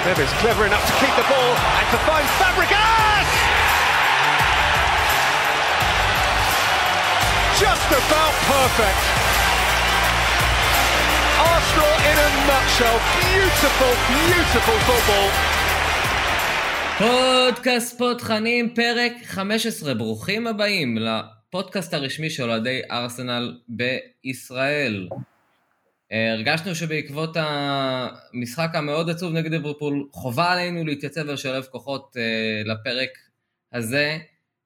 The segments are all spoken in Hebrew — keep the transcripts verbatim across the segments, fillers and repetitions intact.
Neves clever enough to keep the ball and to find Fabregas! Just about perfect. Arsenal in a nutshell. Beautiful, beautiful football. פודקאסט פותחנים, פרק חמש עשרה. ברוכים הבאים לפודקאסט הרשמי של אוהדי ארסנל בישראל. הרגשנו שבעקבות המשחק המאוד עצוב נגד ליברפול, חובה עלינו להתייצב ולשלב כוחות לפרק הזה.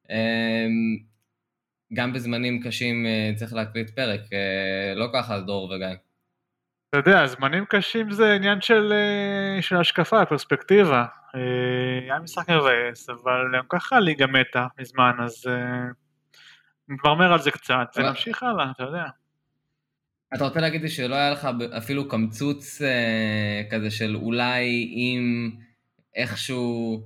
גם בזמנים קשים צריך להקליט פרק, לא ככה דור וגיא. אתה יודע, זמנים קשים זה עניין של, של השקפה, פרספקטיבה. היה משחק מבאס, אבל גם ככה ליגה מתה מזמן, אז נתמרמר על זה קצת, ונמשיך הלאה, אתה יודע. אתה רוצה להגיד לי שלא היה לך אפילו קמצוץ כזה של אולי אם איכשהו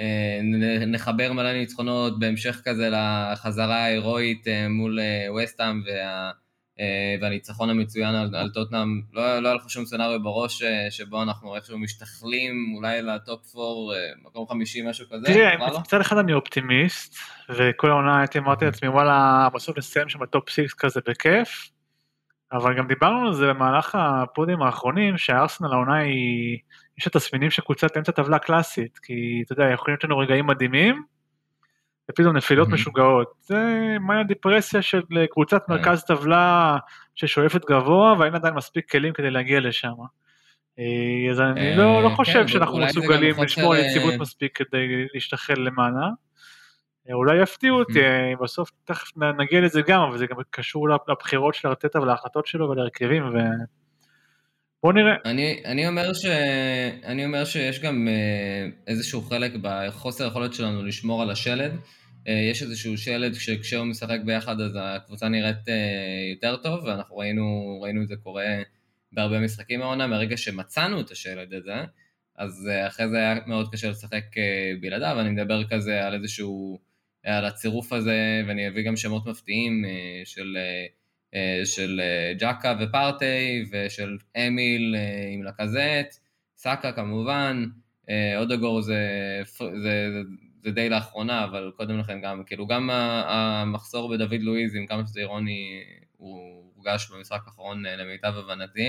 נחבר מלא ניצחונות בהמשך כזה לחזרה ההירואית מול ווסטהאם וה... והניצחון המצוין על, על טוטנהאם, לא, לא היה לך שום סצנריו בראש שבו אנחנו איכשהו משתכלים אולי לטופ ארבע, מקום חמישי, משהו כזה? תראה, מצד אחד אני אופטימיסט, וכל העונה הייתי אמרתי לעצמי, וואלה, בסוף נסיים שם בטופ שש כזה בכיף, אבל גם דיברנו על זה במהלך הפודים האחרונים, שהארסנל העונה היא, יש את הספינים של קבוצת אמצע טבלה קלאסית, כי אתה יודע, יכולים להיות לנו רגעים מדהימים, ופתאום נפילות משוגעות. זה מה הדיפרסיה של קבוצת מרכז טבלה ששואפת גבוה, ואין עדיין מספיק כלים כדי להגיע לשם. אז אני לא חושב שאנחנו מסוגלים לשמור על יציבות מספיק כדי להשתחל למעלה. אולי יפתיעו אותי, בסוף תכף נגיע לזה גם, אבל זה גם קשור לבחירות של ארטטה ולהחלטות שלו ולהרכבים, ו... בוא נראה. אני, אני אומר ש... אני אומר שיש גם איזשהו חלק בחוסר יכולת שלנו לשמור על השלד. יש איזשהו שלד שכשהוא משחק ביחד אז הקבוצה נראית יותר טוב, ואנחנו ראינו, ראינו את זה קורה בהרבה משחקים העונה, מהרגע שמצאנו את השלד הזה, אז אחרי זה היה מאוד קשה לשחק בלעדיו, ואני מדבר כזה על איזשהו, על הצירוף הזה, ואני אביא גם שמות מפתיעים של... של ג'קה ופרטי, ושל אמיל עם לקזט, סאקה כמובן, אודגור זה, זה, זה די לאחרונה, אבל קודם לכן גם, כאילו גם המחסור בדוד לואיז, עם כמה שזה אירוני, הוא הורגש במשחק האחרון למיטב הבנתי,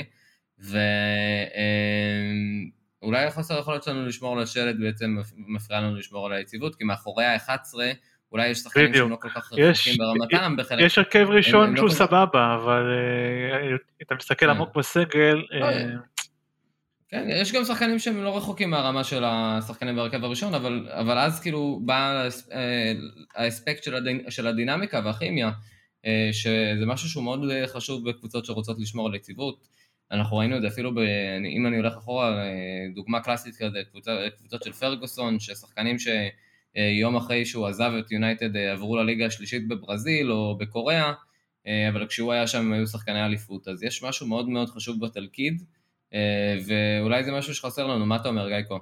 ואולי החוסר יכולת שלנו לשמור על השלד, בעצם מפריע לנו לשמור על היציבות, כי מאחורי ה-אחת עשרה, אולי יש שחקנים שהם לא כל כך רחוקים ברמתם. יש הרכב ראשון שהוא סבבה, אבל אתה מסתכל עמוק בסגל. כן, יש גם שחקנים שהם לא רחוקים מהרמה של השחקנים בהרכב הראשון, אבל אז כאילו בא האספקט של הדינמיקה והכימיה, שזה משהו שהוא מאוד חשוב בקבוצות שרוצות לשמור על יציבות. אנחנו ראינו את זה אפילו, אם אני הולך אחורה, דוגמה קלאסית כזה, קבוצות של פרגוסון, ששחקנים ש... יום אחרי שהוא עזב את יונייטד עברו לליגה השלישית בברזיל או בקוריאה, אבל כשהוא היה שם היו שחקני אליפות, אז יש משהו מאוד מאוד חשוב בתלכיד, ואולי זה משהו שחסר לנו. מה אתה אומר, גייקו?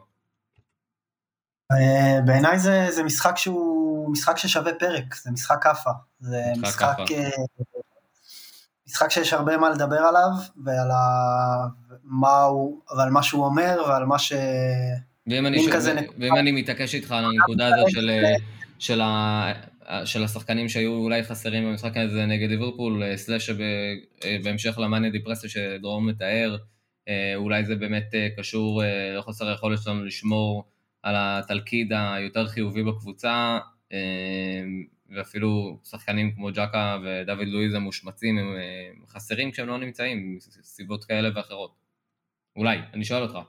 בעיניי זה, זה משחק שהוא משחק ששווה פרק, זה משחק קפה, זה משחק, משחק שיש הרבה מה לדבר עליו, ועל מה הוא, ועל מה שהוא אומר, ועל מה ש... ואם אני, ש... ואם אני מתעקש איתך על הנקודה הזאת של, של, ה... של השחקנים שהיו אולי חסרים במשחק הזה נגד ליברפול, סלאש בהמשך למאניה דיפרסיה שדרום מתאר, אולי זה באמת קשור לחוסר היכולת שלנו לשמור על התלכיד היותר חיובי בקבוצה, ואפילו שחקנים כמו ג'קה ודוד לואיז המושמצים, הם חסרים כשהם לא נמצאים, סיבות כאלה ואחרות. אולי, אני שואל אותך.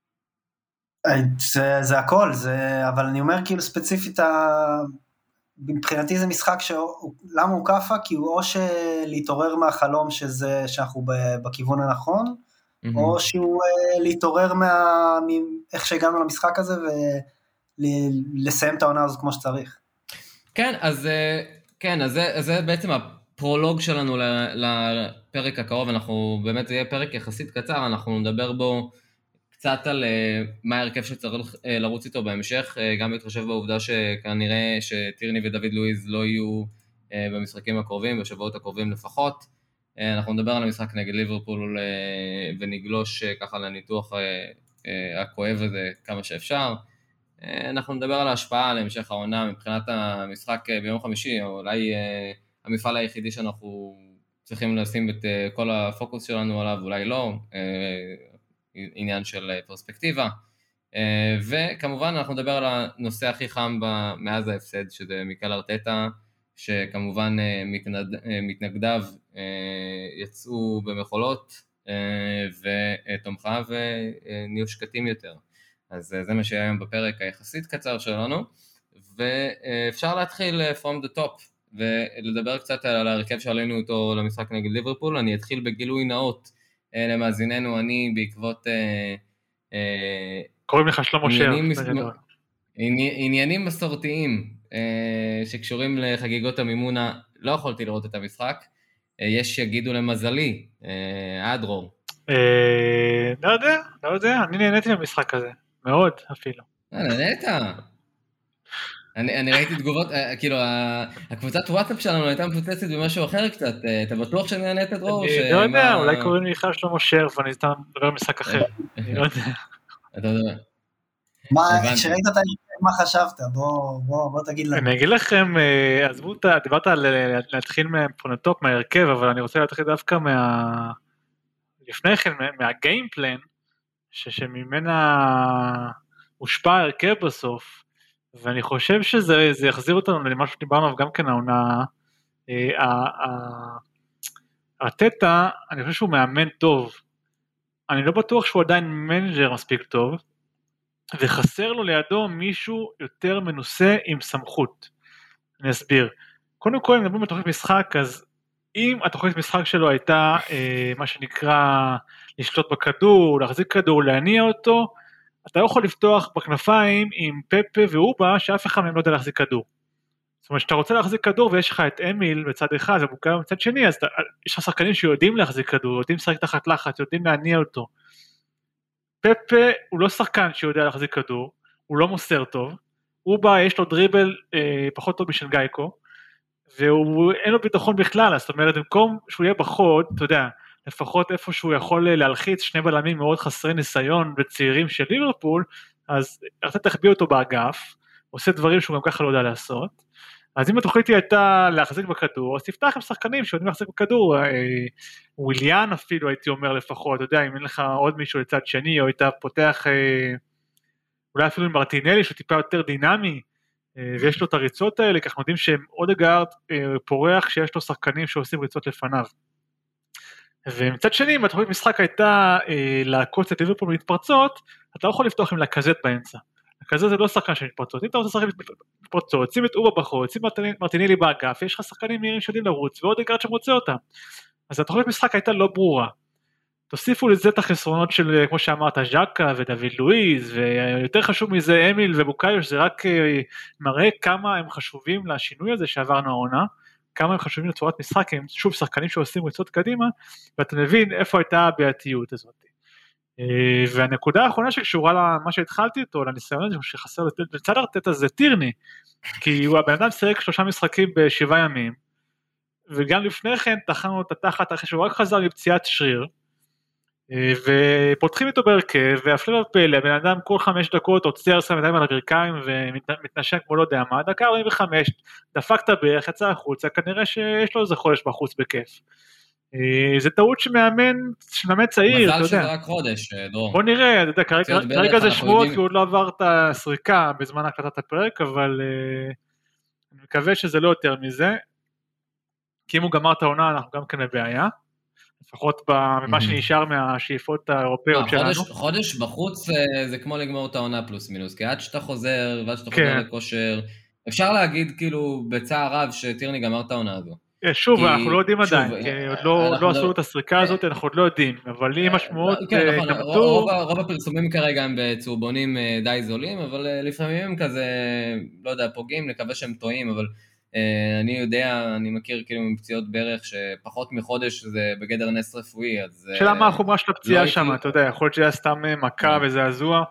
זה, זה הכל, זה, אבל אני אומר כאילו ספציפית, מבחינתי זה משחק שהוא, למה הוא קפה? כי הוא או שלהתעורר מהחלום שזה, שאנחנו בכיוון הנכון, mm-hmm. או שהוא להתעורר מה, איך שהגענו למשחק הזה ולסיים את העונה הזו כמו שצריך. כן, אז, כן, אז זה, זה בעצם הפרולוג שלנו לפרק הקרוב, אנחנו באמת זה יהיה פרק יחסית קצר, אנחנו נדבר בו קצת על מה ההרכב שצריך לרוץ איתו בהמשך, גם להתחשב בעובדה שכנראה שטירני ודוד לואיז לא יהיו במשחקים הקרובים, בשבועות הקרובים לפחות. אנחנו נדבר על המשחק נגד ליברפול ונגלוש ככה לניתוח הכואב הזה כמה שאפשר. אנחנו נדבר על ההשפעה על המשך העונה מבחינת המשחק ביום חמישי, או אולי המפעל היחידי שאנחנו צריכים לשים את כל הפוקוס שלנו עליו, אולי לא, עניין של פרספקטיבה. וכמובן אנחנו נדבר על הנושא הכי חם מאז ההפסד, שזה מיקל ארטטה, שכמובן מתנגדיו יצאו במחולות, ותומכיו נהיו שקטים יותר. אז זה מה שהיה היום בפרק היחסית קצר שלנו, ואפשר להתחיל from the top, ולדבר קצת על הרכב שעלינו אותו למשחק נגד ליברפול. אני אתחיל בגילוי נאות למאזיננו, אני בעקבות... קוראים לך שלמה שר. עניינים מסורתיים שקשורים לחגיגות המימונה, לא יכולתי לראות את המשחק, יש שיגידו למזלי, אדרור. לא יודע, לא יודע, אני נהניתי במשחק הזה, מאוד אפילו. נהנית? אני, אני ראיתי תגובות, כאילו, הקבוצת וואטסאפ שלנו הייתה מפוצצת במשהו אחר קצת, אתה בטוח שאני נהנית, דרור? אני לא יודע, אולי קוראים לי לך שלמה שר, ואני סתם מדבר במשחק אחר, אני לא יודע. אתה יודע. מה, כשראית את מה חשבת? בוא, בוא, בוא תגיד לנו. אני אגיד לכם, עזבו, דיברת על להתחיל מהפרונטופ, מהרכב, אבל אני רוצה להתחיל דווקא מה... לפני כן, מהגיימפלן, שממנה הושפע הרכב בסוף, ואני חושב שזה יחזיר אותנו למה שדיברנו גם כן העונה, ארטטה, אני חושב שהוא מאמן טוב, אני לא בטוח שהוא עדיין מנג'ר מספיק טוב, וחסר לו לידו מישהו יותר מנוסה עם סמכות. אני אסביר. קודם כל, אם נדברים בתוכנית משחק, אז אם התוכנית משחק שלו הייתה אה, מה שנקרא לשלוט בכדור, להחזיק כדור, להניע אותו, אתה לא יכול לפתוח בכנפיים עם פפה ואובה, שאף אחד מהם לא יודע להחזיק כדור. זאת אומרת, שאתה רוצה להחזיק כדור ויש לך את אמיל בצד אחד, ובוקאיו בצד שני, אז אתה, יש לך שחקנים שיודעים להחזיק כדור, יודעים לשחק תחת לחץ, יודעים להניע אותו. פפה הוא לא שחקן שיודע להחזיק כדור, הוא לא מוסר טוב, הוא בא, יש לו דריבל אה, פחות טוב משל גייקו, והוא אין לו ביטחון בכלל, זאת אומרת, במקום שהוא יהיה בחוד, אתה יודע, לפחות איפה שהוא יכול להלחיץ שני בלמים מאוד חסרי ניסיון וצעירים של ליברפול, אז אתה תחביא אותו באגף, עושה דברים שהוא גם ככה לא יודע לעשות, אז אם התוכנית היא הייתה להחזיק בכדור, אז תפתח עם שחקנים שיודעים להחזיק בכדור, אה, וויליאן אפילו הייתי אומר לפחות, אתה יודע, אם אין לך עוד מישהו לצד שני, או היית פותח, אה, אולי אפילו עם מרטינלי, שהוא טיפה יותר דינמי, אה, ויש לו את הריצות האלה, כך יודעים שהם אודגארד אה, פורח, שיש לו שחקנים שעושים ריצות לפניו. ומצד שני, אם התוכנית משחק הייתה אה, לעקוץ את ליברפול להתפרצות, אתה לא יכול לפתוח עם לקזט באמצע. כזה זה לא שחקן של מתפרצות, אם אתה רוצה לשחק מתפרצות, שים את אובה בחוץ, שים מרטינלי באגף, יש לך שחקנים מהירים שיודעים לרוץ, ועוד אגרד שמוצא אותם. אז התוכנית משחק הייתה לא ברורה. תוסיפו לזה את החסרונות של, כמו שאמרת, ז'קה ודוד לואיז, ויותר חשוב מזה אמיל ובוקאיו, שזה רק מראה כמה הם חשובים לשינוי הזה שעברנו העונה, כמה הם חשובים לצורת משחק, הם שוב שחקנים שעושים ריצות קדימה, ואתה מבין איפה הייתה הבעייתיות הזאת. והנקודה האחרונה שקשורה למה שהתחלתי איתו, לניסיון הזה שחסר לצד ארטטה זה טירני, כי הוא הבן אדם שיחק שלושה משחקים בשבעה ימים, וגם לפני כן תחנו את התחת אחרי שהוא רק חזר לפציעת שריר, ופותחים איתו בהרכב, והפלא ופלא, הבן אדם כל חמש דקות עוצר שם ידיים על הברכיים, ומתנשק כמו לא יודע מה, דקה ארבעים וחמש, דפקת בערך, יצא החוצה, כנראה שיש לו איזה חודש בחוץ בכיף. זה טעות שמאמן, שמאמן צעיר, אתה יודע. מזל שזה רק חודש, דרור. בוא נראה, אתה יודע, כרגע זה שבועות, כי הוא עוד לא עבר את הסריקה בזמן הקלטת הפרק, אבל אני מקווה שזה לא יותר מזה, כי אם הוא גמר את העונה, אנחנו גם כן בבעיה, לפחות במה שנשאר מהשאיפות האירופאיות שלנו. חודש בחוץ זה כמו לגמור את העונה פלוס מינוס, כי עד שאתה חוזר, ועד שאתה חוזר לכושר, אפשר להגיד כאילו בצער רב שטירני גמר את העונה הזו. שוב, אנחנו לא יודעים עדיין, עוד לא עשו את הסריקה הזאת, אנחנו עוד לא יודעים, אבל אם השמועות התקבלו... רוב הפרסומים כרגע הם בצהובונים די זולים, אבל לפעמים הם כזה, לא יודע, פוגעים, נקווה שהם טועים, אבל אני יודע, אני מכיר כאילו מפציעות ברך, שפחות מחודש זה בגדר נס רפואי, אז... שאלה מה החומרה של הפציעה שם, אתה יודע, יכול להיות שהיה סתם מכה וזעזוע,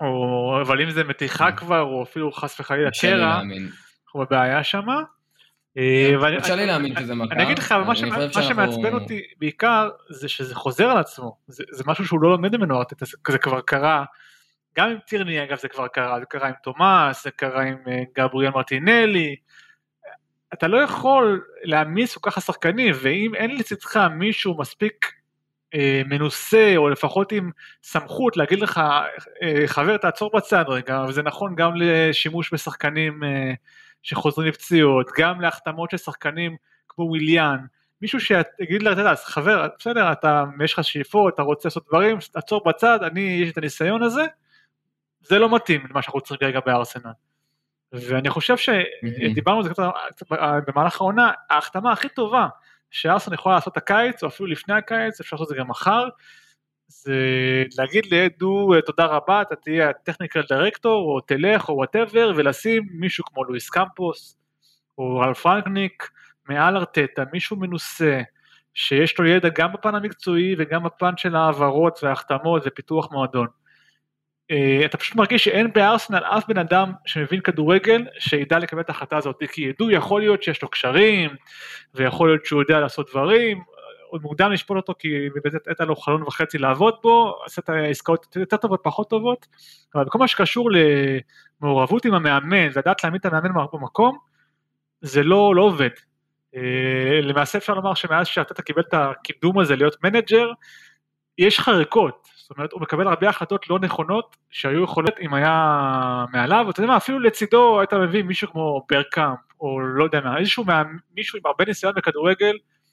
אבל אם זה מתיחה כבר, או אפילו חס וחלילה קרע, אנחנו בבעיה שם. אפשר לי להאמין שזה מכה. אני אגיד לך, מה שמעצבן אותי בעיקר, זה שזה חוזר על עצמו, זה משהו שהוא לא לומד ממנו, זה כבר קרה, גם עם טירני אגב זה כבר קרה, זה קרה עם תומאס, זה קרה עם גבריאל מרטינלי, אתה לא יכול להעמיס כל כך שחקנים, ואם אין לצדך מישהו מספיק מנוסה, או לפחות עם סמכות להגיד לך, חבר תעצור בצד רגע, וזה נכון גם לשימוש בשחקנים שחוזרים לפציעות, גם להחתמות של שחקנים כמו וויליאן, מישהו שיגיד לה, אז חבר, בסדר, אתה, יש לך שאיפות, אתה רוצה לעשות דברים, תעצור בצד, אני, יש את הניסיון הזה, זה לא מתאים למה שאנחנו צריכים רגע בארסנל. ואני חושב שדיברנו על זה קצת במהלך העונה, ההחתמה הכי טובה שארסנל יכולה לעשות הקיץ, או אפילו לפני הקיץ, אפשר לעשות את זה גם מחר, זה להגיד לידו תודה רבה, אתה תהיה הטכניקל דירקטור, או תלך, או whatever, ולשים מישהו כמו לואיס קמפוס, או רלף רנגניק, מעל ארטטה, מישהו מנוסה, שיש לו ידע גם בפן המקצועי, וגם בפן של העברות וההחתמות ופיתוח מועדון. אתה פשוט מרגיש שאין בארסנל אף בן אדם שמבין כדורגל, שידע לקבל את ההחלטה הזאת, כי ידעו יכול להיות שיש לו קשרים, ויכול להיות שהוא יודע לעשות דברים, עוד מוקדם לשפול אותו, כי באמת הייתה לו חלון וחצי לעבוד בו, עשה את העסקאות יותר טובות, פחות טובות, אבל בכל מה שקשור למעורבות עם המאמן, לדעת להעמיד את המאמן במקום, זה לא, לא עובד. למעשה אפשר לומר שמאז שאתה קיבל את הקידום הזה להיות מנג'ר, יש חריקות, זאת אומרת, הוא מקבל הרבה החלטות לא נכונות, שהיו יכולות אם היה מעליו, ואתה יודע מה, אפילו לצידו היית מביא מישהו כמו ברקאמפ, או לא יודע מה, איזשהו מישהו עם הרבה ניסיון בכדורגל,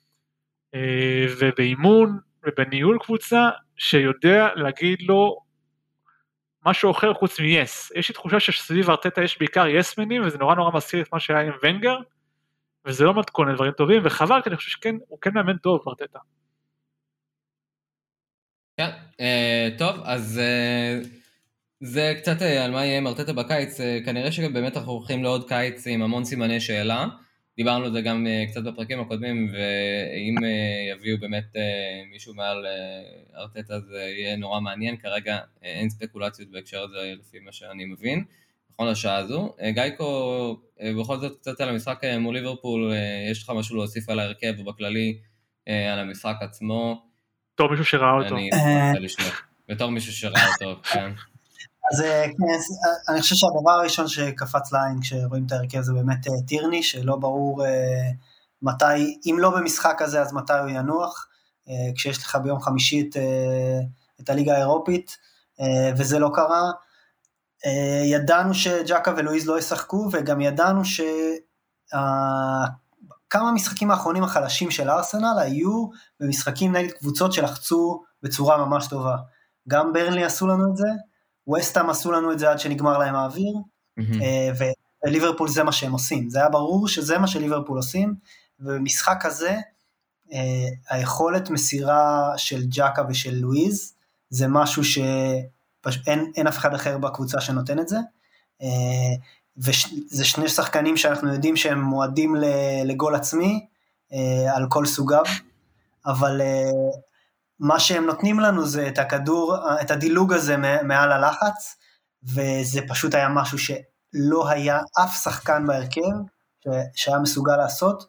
ובאימון, ובניהול קבוצה, שיודע להגיד לו, משהו אחר חוץ מ-yes, יש לי תחושה שסביב ארטטה יש בעיקר יסמנים, וזה נורא נורא מזכיר את מה שהיה עם ונגר, וזה לא מתכון לדברים טובים, וחבל, כי אני חושב שהוא כן מאמן טוב, ארטטה. כן, טוב, אז זה קצת על מה יהיה עם ארטטה בקיץ, כנראה שבאמת אנחנו הולכים לעוד קיץ עם המון סימני שאלה, דיברנו על זה גם קצת בפרקים הקודמים, ואם יביאו באמת מישהו מעל ארטטה זה יהיה נורא מעניין, כרגע אין ספקולציות בהקשר הזה לפי מה שאני מבין, נכון לשעה הזו. גייקו, בכל זאת קצת על המשחק מול ליברפול, יש לך משהו להוסיף על ההרכב ובכללי על המשחק עצמו? בתור מישהו שראה אותו. אני רוצה לשמוע, בתור מישהו שראה אותו, כן. אז אני חושב שהדבר הראשון שקפץ לעין כשרואים את ההרכב זה באמת טירני, שלא ברור מתי, אם לא במשחק הזה אז מתי הוא ינוח, כשיש לך ביום חמישי את הליגה האירופית, וזה לא קרה. ידענו שג'קה ולואיז לא ישחקו, וגם ידענו שכמה משחקים האחרונים החלשים של ארסנל היו במשחקים נגד קבוצות שלחצו בצורה ממש טובה. גם ברנלי עשו לנו את זה, ווסטהאם עשו לנו את זה עד שנגמר להם האוויר, וליברפול זה מה שהם עושים, זה היה ברור שזה מה שליברפול עושים, ובמשחק הזה, היכולת מסירה של ג'קה ושל לואיז, זה משהו שאין אף אחד אחר בקבוצה שנותן את זה, וזה שני שחקנים שאנחנו יודעים שהם מועדים לגול עצמי, על כל סוגיו, אבל מה שהם נותנים לנו זה את הכדור, את הדילוג הזה מעל הלחץ, וזה פשוט היה משהו שלא היה אף שחקן בהרכב, שהיה מסוגל לעשות.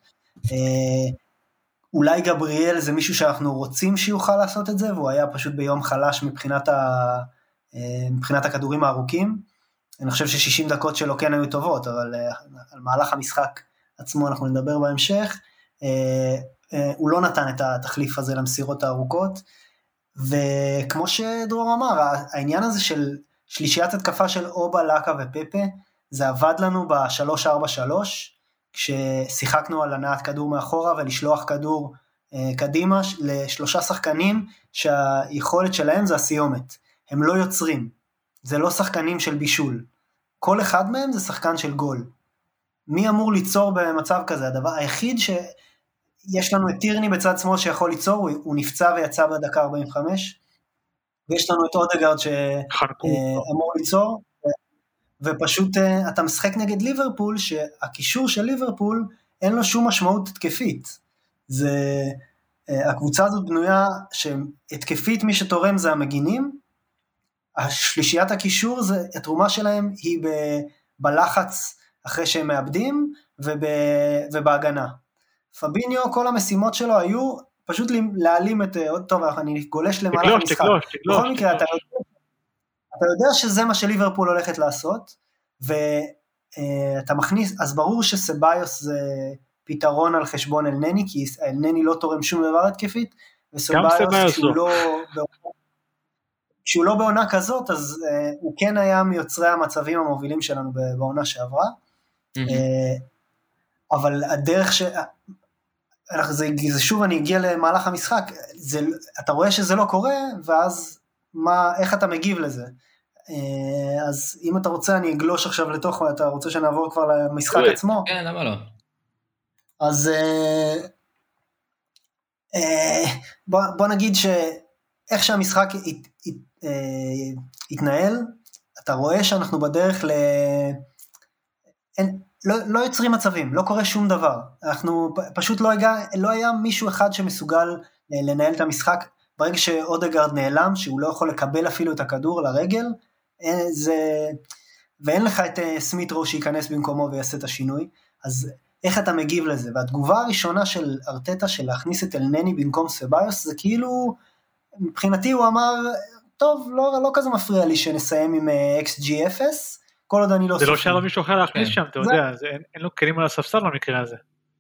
אולי גבריאל זה מישהו שאנחנו רוצים שיוכל לעשות את זה, והוא היה פשוט ביום חלש מבחינת, ה, מבחינת הכדורים הארוכים. אני חושב ש-שישים דקות שלו כן היו טובות, אבל על מהלך המשחק עצמו אנחנו נדבר בהמשך. הוא לא נתן את התחליף הזה למסירות הארוכות, וכמו שדרור אמר, העניין הזה של שלישיית התקפה של אובה, לקה ופפה, זה עבד לנו ב-שלוש ארבע שלוש, כששיחקנו על הנעת כדור מאחורה, ולשלוח כדור קדימה לשלושה שחקנים, שהיכולת שלהם זה הסיומת, הם לא יוצרים, זה לא שחקנים של בישול, כל אחד מהם זה שחקן של גול, מי אמור ליצור במצב כזה? הדבר היחיד ש... יש לנו את טירני בצד שמאל שיכול ליצור, הוא, הוא נפצע ויצא בדקה ארבעים וחמש, ויש לנו את אודגרד שאמור ליצור, ופשוט אתה משחק נגד ליברפול, שהקישור של ליברפול אין לו שום משמעות התקפית, זה, הקבוצה הזאת בנויה שהתקפית מי שתורם זה המגינים, השלישיית הקישור, זה, התרומה שלהם היא ב, בלחץ אחרי שהם מאבדים, וב, ובהגנה. פביניו, כל המשימות שלו היו פשוט להעלים את, עוד טוב, אני גולש למהלך המשחק. תגלוש, תגלוש. בכל מקרה, אתה יודע, אתה יודע שזה מה שליברפול הולכת לעשות, ואתה מכניס, אז ברור שסביוס זה פתרון על חשבון אלנני, כי אלנני לא תורם שום דבר התקפית, וסביוס כשהוא לא, כשהוא לא בעונה כזאת, אז הוא כן היה מיוצרי המצבים המובילים שלנו בעונה שעברה, אבל הדרך ש... זה, זה שוב אני אגיע למהלך המשחק, זה, אתה רואה שזה לא קורה, ואז מה, איך אתה מגיב לזה? אז אם אתה רוצה אני אגלוש עכשיו לתוך, אתה רוצה שנעבור כבר למשחק עצמו? כן, למה לא? אז בוא, בוא נגיד שאיך שהמשחק הת, הת, התנהל, אתה רואה שאנחנו בדרך ל... אין, לא, לא יוצרים מצבים, לא קורה שום דבר, אנחנו פשוט לא, הגע, לא היה מישהו אחד שמסוגל לנהל את המשחק, ברגע שאודגרד נעלם, שהוא לא יכול לקבל אפילו את הכדור לרגל, זה, ואין לך את סמית'רו שייכנס במקומו ויעשה את השינוי, אז איך אתה מגיב לזה? והתגובה הראשונה של ארטטה של להכניס את אלנני במקום סביוס, זה כאילו, מבחינתי הוא אמר, טוב, לא, לא כזה מפריע לי שנסיים עם אקס ג'י אפס, כל עוד אני לא סופי. זה לא שהיה לו מישהו אחר להכניס שם, אתה יודע, אין לו כלים על הספסל במקרה הזה.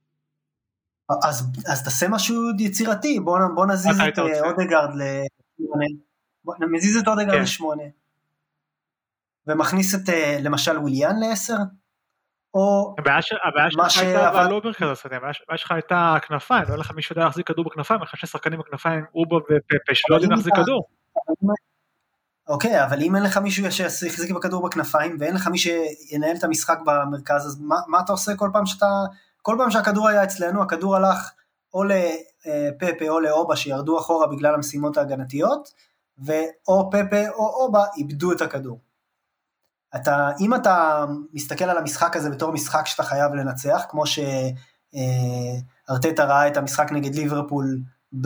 אז תעשה משהו יצירתי, בוא נזיז את אודגרד לשמונה, נזיז את אודגרד לשמונה, ומכניס את למשל וויליאן לעשר, או... הבעיה שלך הייתה אבל לא מרכז השדה, הבעיה שלך הייתה הכנפיים, לא היה לך מישהו יודע להחזיק כדור בכנפיים, לך ששחקנים בכנפיים, אובה ופפה, שלא יודעים להחזיק כדור. אוקיי, אבל אם אין לך מישהו שיחזיק בכדור בכנפיים, ואין לך מי שינהל את המשחק במרכז, אז מה, מה אתה עושה כל פעם שאתה, כל פעם שהכדור היה אצלנו, הכדור הלך או לפפה או לאובה שירדו אחורה בגלל המשימות ההגנתיות, ואו פפה או אובה איבדו את הכדור. אתה, אם אתה מסתכל על המשחק הזה בתור משחק שאתה חייב לנצח, כמו שארטטה ראה את המשחק נגד ליברפול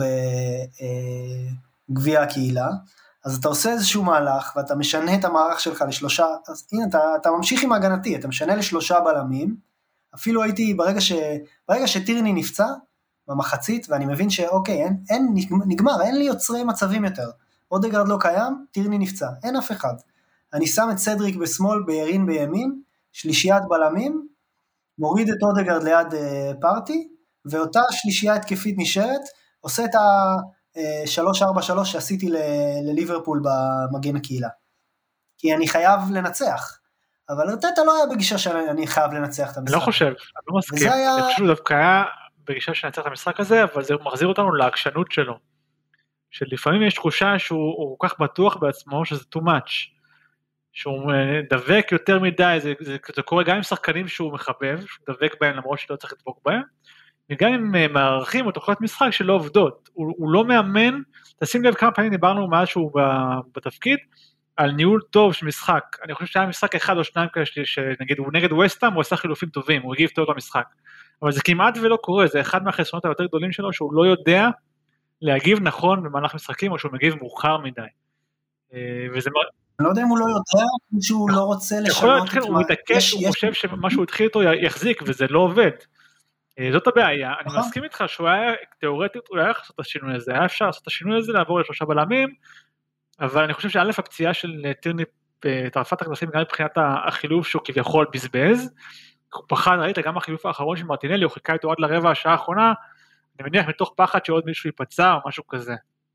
בגביע הקהילה, אז אתה עושה איזשהו מהלך, ואתה משנה את המערך שלך לשלושה, אז הנה, אתה, אתה ממשיך עם הגנתי, אתה משנה לשלושה בלמים, אפילו הייתי, ברגע, ש, ברגע שטירני נפצע, במחצית, ואני מבין שאוקיי, אין, אין, נגמר, אין לי יוצרי מצבים יותר, אודגרד לא קיים, טירני נפצע, אין אף אחד, אני שם את סדריק בשמאל, בירין בימין, שלישיית בלמים, מוריד את אודגרד ליד אה, פארטי, ואותה שלישייה התקפית נשארת, עושה את ה... שלוש ארבע שלוש שעשיתי לליברפול במגן הקהילה, כי אני חייב לנצח, אבל ארטטה לא היה בגישה שאני חייב לנצח את המשחק. אני לא חושב, אני לא מסכים, אני חושב דווקא היה בגישה שנצח את המשחק הזה, אבל זה מחזיר אותנו לעקשנות שלו, שלפעמים יש תחושה שהוא כל כך בטוח בעצמו, שזה too much, שהוא דבק יותר מדי, זה, זה, זה קורה גם עם שחקנים שהוא מחבב, שהוא דבק בהם למרות שלא צריך לדבוק בהם, וגם עם מערכים או תוכניות משחק שלא עובדות, הוא, הוא לא מאמן, תשים לב כמה פעמים דיברנו מאז שהוא בתפקיד, על ניהול טוב של משחק, אני חושב שהיה משחק אחד או שניים כאלה, שנגיד הוא נגד ווסטהאם, הוא עשה חילופים טובים, הוא הגיב טוב במשחק, אבל זה כמעט ולא קורה, זה אחד מהחסרונות היותר גדולים שלו, שהוא לא יודע להגיב נכון במהלך משחקים, או שהוא מגיב מאוחר מדי, וזה אני לא יודע אם הוא לא יודע, או שהוא לא רוצה לשנות את מה... הוא מתעקש, הוא חושב שמה שהוא התחיל איתו יחזיק, וזה לא עובד. זאת הבעיה, אני מסכים איתך שהוא היה, תיאורטית, הוא היה לעשות את השינוי הזה, היה אפשר לעשות את השינוי הזה, לעבור לשלושה בלמים, אבל אני חושב שא' הפציעה של טירני בטרפת הכנסים, גם מבחינת החילוף שהוא כביכול בזבז, הוא פחד, ראית גם החילוף האחרון של מרטינלי, הוא חיכה איתו עד לרבע השעה האחרונה, אני מניח מתוך פחד שעוד מישהו ייפצע או משהו כזה.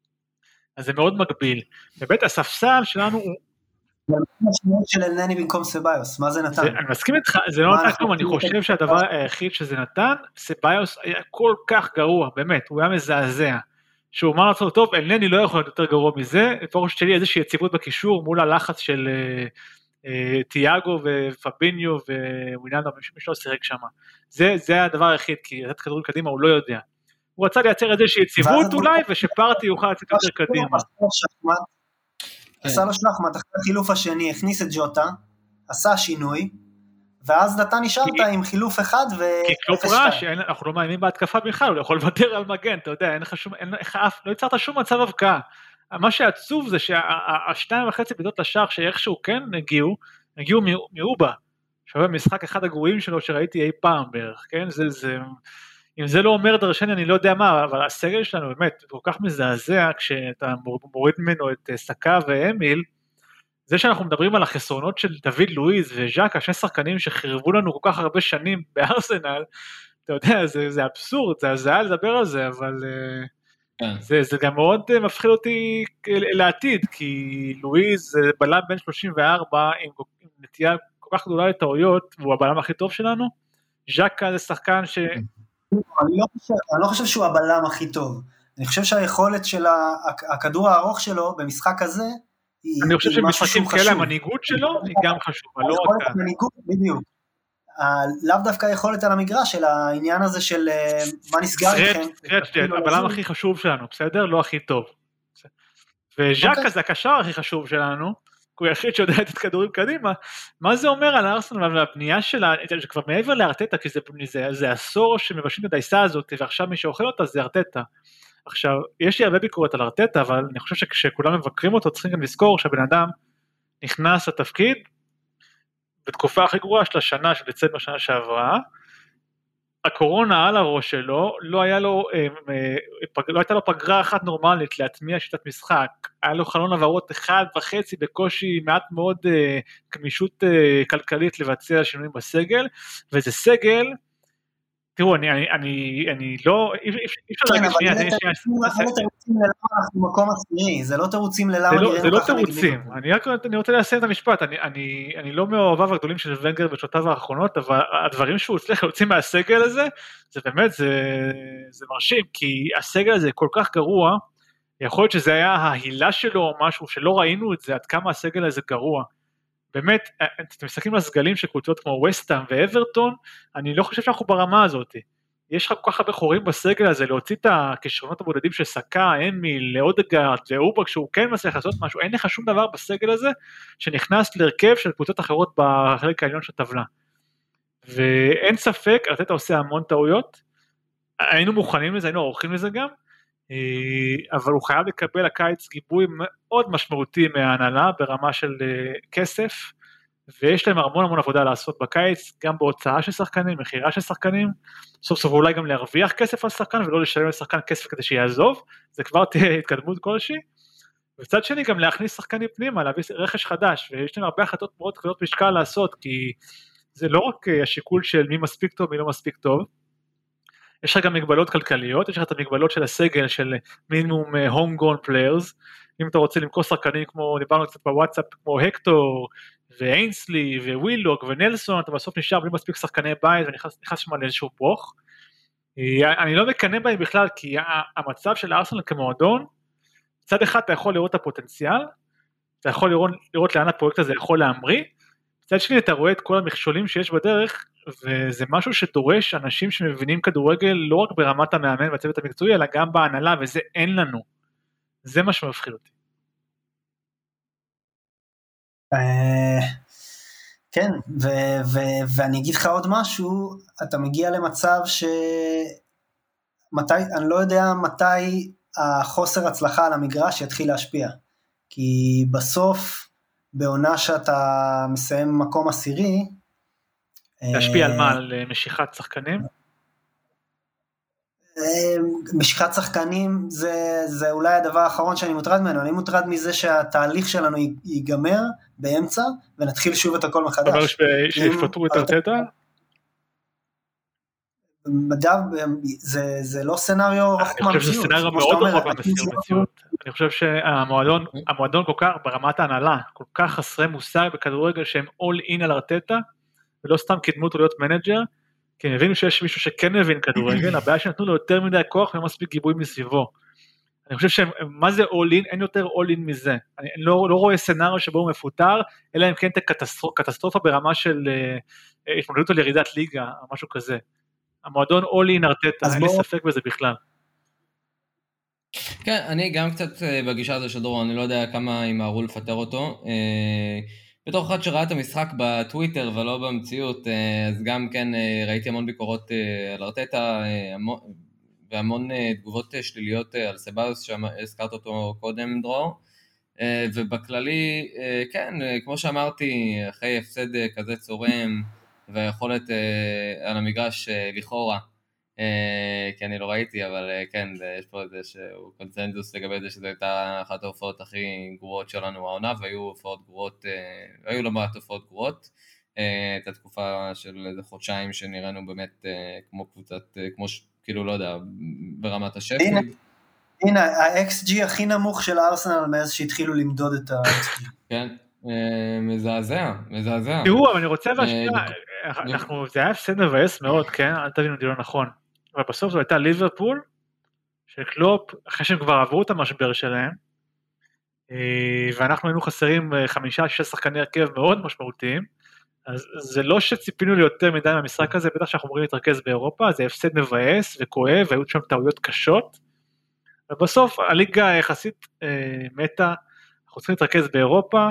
אז זה מאוד מגביל. בבית הספסל שלנו הוא... זה המשמעות של אלנני במקום סביוס, מה זה נתן? אני מסכים איתך, זה לא נתן כלום, אני חושב שהדבר היחיד שזה נתן, סביוס היה כל כך גרוע, באמת, הוא היה מזעזע, שהוא אמר לעצמו, טוב, אלנני לא יכול להיות יותר גרוע מזה, לפחות שתהיה לי איזושהי יציבות בקישור, מול הלחץ של תיאגו ופביניו ווילנדו, מי שלא סירק שם, זה הדבר היחיד, כי לתת כדורים קדימה הוא לא יודע, הוא רצה לייצר איזושהי יציבות אולי, ושפרטי יוכל לצאת יותר קדימה. עשה לו שלחמת, אחרי החילוף השני, הכניס את ג'וטה, עשה שינוי, ואז נתן נשארת עם חילוף אחד ו... כי קלופ ראה שאנחנו לא מאיימים בהתקפה בכלל, הוא יכול לוותר על מגן, אתה יודע, אין לך שום, אין לך אף, לא יצרת שום מצב הבקעה. מה שעצוב זה שהשתיים וחצי בידות לשער שאיכשהו כן הגיעו, הגיעו מאובה, שווה משחק אחד הגרועים שלו שראיתי אי פעם בערך, כן? זה, זה, אם זה לא אומר דרשני, אני לא יודע מה, אבל הסגל שלנו באמת כל כך מזעזע, כשאתה מוריד ממנו את סקה ואמיל, זה שאנחנו מדברים על החסרונות של דוד לואיז וז'קה, שני שחקנים שחרבו לנו כל כך הרבה שנים בארסנל, אתה יודע, זה, זה אבסורד, זה הזיה לדבר על זה, אבל כן. זה, זה גם מאוד מפחיד אותי לעתיד, כי לואיז זה בלם בן שלושים וארבע, עם, עם נטייה כל כך גדולה לטעויות, והוא הבלם הכי טוב שלנו, ז'קה זה שחקן ש... אני לא חושב, אני לא חושב שהוא הבלם הכי טוב, אני חושב שהיכולת של הכדור הארוך שלו במשחק הזה, אני חושב שמשחקים כאלה, המנהיגות שלו היא גם חשובה, לא רק... המנהיגות, בדיוק. לאו דווקא היכולת על המגרש, של העניין הזה של מה נסגר איתכם. הבלם הכי חשוב שלנו, בסדר? לא הכי טוב. וז'קה זה הקשר הכי חשוב שלנו, הוא היחיד שיודע לתת כדורים קדימה. מה זה אומר על ארסנל והבנייה שלה, שכבר מעבר לארטטה, כי זה עשור שמבשלים את הדייסה הזאת, ועכשיו מי שאוכל אותה זה ארטטה. עכשיו, יש לי הרבה ביקורת על ארטטה, אבל אני חושב שכשכולם מבקרים אותו, צריכים גם לזכור שהבן אדם נכנס לתפקיד, בתקופה הכי גרועה של השנה, של דצמבר שנה שעברה, הקורונה על הראש שלו, לא, היה לו, לא הייתה לו פגרה אחת נורמלית להטמיע שיטת משחק, היה לו חלון עברות אחד וחצי בקושי, מעט מאוד גמישות כלכלית לבצע שינויים בסגל, וזה סגל, תראו, אני, אני, אני, אני לא, אי אפשר להגיד שנייה, זה לא תירוצים ללמה אנחנו מקום עשירי, זה לא תירוצים ללמה נראינו ככה. זה לא תירוצים, אני רוצה לסיים את המשפט, אני לא מאוהביו הגדולים של ונגר בשעותיו האחרונות, אבל הדברים שהוא הצליח להוציא מהסגל הזה, זה באמת, זה מרשים, כי הסגל הזה כל כך גרוע, יכול להיות שזה היה ההילה שלו או משהו, שלא ראינו את זה, עד כמה הסגל הזה גרוע. באמת, אתם מסתכלים על סגלים של קבוצות כמו ווסטהאם ואברטון, אני לא חושב שאנחנו ברמה הזאת. יש לך כל כך הרבה חורים בסגל הזה, להוציא את הכישרונות הבודדים של סקה, אמיל, אודגארד ואובק, שהוא כן מצליח לעשות משהו, אין לך שום דבר בסגל הזה, שנכנס להרכב של קבוצות אחרות בחלק העליון של הטבלה. ואין ספק, ארטטה עושה המון טעויות, היינו מוכנים לזה, היינו עורכים לזה גם, אבל הוא חייב לקבל הקיץ גיבוי מאוד משמעותי מההנהלה ברמה של כסף, ויש להם המון המון עבודה לעשות בקיץ, גם בהוצאה של שחקנים, מחירה של שחקנים, סוף סוף אולי גם להרוויח כסף על שחקן, ולא לשלם לשחקן כסף כדי שיעזוב, זה כבר תהיה התקדמות כלשהי, וצד שני גם להכניס שחקנים פנימה, להביא רכש חדש, ויש להם הרבה החלטות מאוד כבדות משקל לעשות, כי זה לא רק השיקול של מי מספיק טוב, מי לא מספיק טוב, יש לך גם מגבלות כלכליות, יש לך את המגבלות של הסגל של מינימום home-grown players, אם אתה רוצה למכור שחקנים כמו, דיברנו קצת בוואטסאפ, כמו הקטור, ואינסלי, ווילוק, ונלסון, אתה בסוף נשאר בלי מספיק שחקני בית, ונכנס שם לאיזשהו ברוך. אני לא מקנא בהם בכלל, כי המצב של ארסנל כמועדון, מצד אחד אתה יכול לראות את הפוטנציאל, אתה יכול לראות, לראות לאן הפרויקט הזה יכול להמריא, מצד שני אתה רואה את כל המכשולים שיש בדרך, וזה משהו שדורש אנשים שמבינים כדורגל לא רק ברמת המאמן והצוות המקצועי, אלא גם בהנהלה, וזה אין לנו. זה מה שמפחיד אותי. כן, ואני אגיד לך עוד משהו, אתה מגיע למצב ש... אני לא יודע מתי החוסר הצלחה על המגרש יתחיל להשפיע, כי בסוף, בעונה שאתה מסיים מקום עשירי, להשפיע על מה? על משיכת שחקנים? משיכת שחקנים זה, זה אולי הדבר האחרון שאני מוטרד ממנו, אני מוטרד מזה שהתהליך שלנו ייגמר באמצע, ונתחיל שוב את הכל מחדש. אתה אומר שיפטרו את ארטטה? אגב, זה, זה לא סנריו רחוק מהמציאות. אני חושב שזה סנריו מאוד רחוק מהמציאות. אני חושב שהמועדון, המועדון כל כך, ברמת ההנהלה, כל כך חסרי מושג בכדורגל שהם all in על ארטטה, ולא סתם קידמו אותו להיות מנג'ר, כי הם הבינו שיש מישהו שכן מבין כדורגל, הבעיה שנתנו לו יותר מדי כוח ולא מספיק גיבוי מסביבו. אני חושב שמה זה all in, אין יותר all in מזה. אני לא, לא רואה סנריו שבו הוא מפוטר, אלא אם כן קטסטרופה ברמה של התמודדות על ירידת ליגה, או משהו כזה. המועדון all in ארטטה, אין לי ספק בזה בכלל. כן, אני גם קצת בגישה הזו של דורון, אני לא יודע כמה ימהרו לפטר אותו, בתור אחד שראה את המשחק בטוויטר ולא במציאות, אז גם כן ראיתי המון ביקורות על ארטטה, והמון תגובות שליליות על סבאיוס, שהזכרת אותו קודם דרור, ובכללי, כן, כמו שאמרתי, אחרי הפסד כזה צורם, והיכולת על המגרש לכאורה, כי אני לא ראיתי, אבל כן, יש פה איזה שהוא קונצנזוס לגבי זה שזו הייתה אחת ההופעות הכי גרועות שלנו העונה, והיו הופעות גרועות, היו לא מעט הופעות גרועות, את התקופה של איזה חודשיים שנראינו באמת כמו קבוצת, כמו כאילו לא יודע, ברמת השפילד. הנה, ה-אקס ג'י הכי נמוך של ארסנל מאז שהתחילו למדוד את ה-אקס ג'י. כן, מזעזע, מזעזע. תראו, אבל אני רוצה להשפיע, אנחנו, זה היה הפסד מבאס מאוד, כן? אל תבינו אותי לא נכון. אבל בסוף זו הייתה ליברפול, של קלופ, אחרי שהם כבר עברו את המשבר שלהם, ואנחנו היינו חסרים חמישה, שישה שחקני הרכב מאוד משמעותיים, אז זה לא שציפינו ליותר מדי מהמשחק הזה, בטח שאנחנו אמורים להתרכז באירופה, זה הפסד מבאס וכואב, והיו שם טעויות קשות, ובסוף הליגה היחסית מתה, אנחנו צריכים להתרכז באירופה,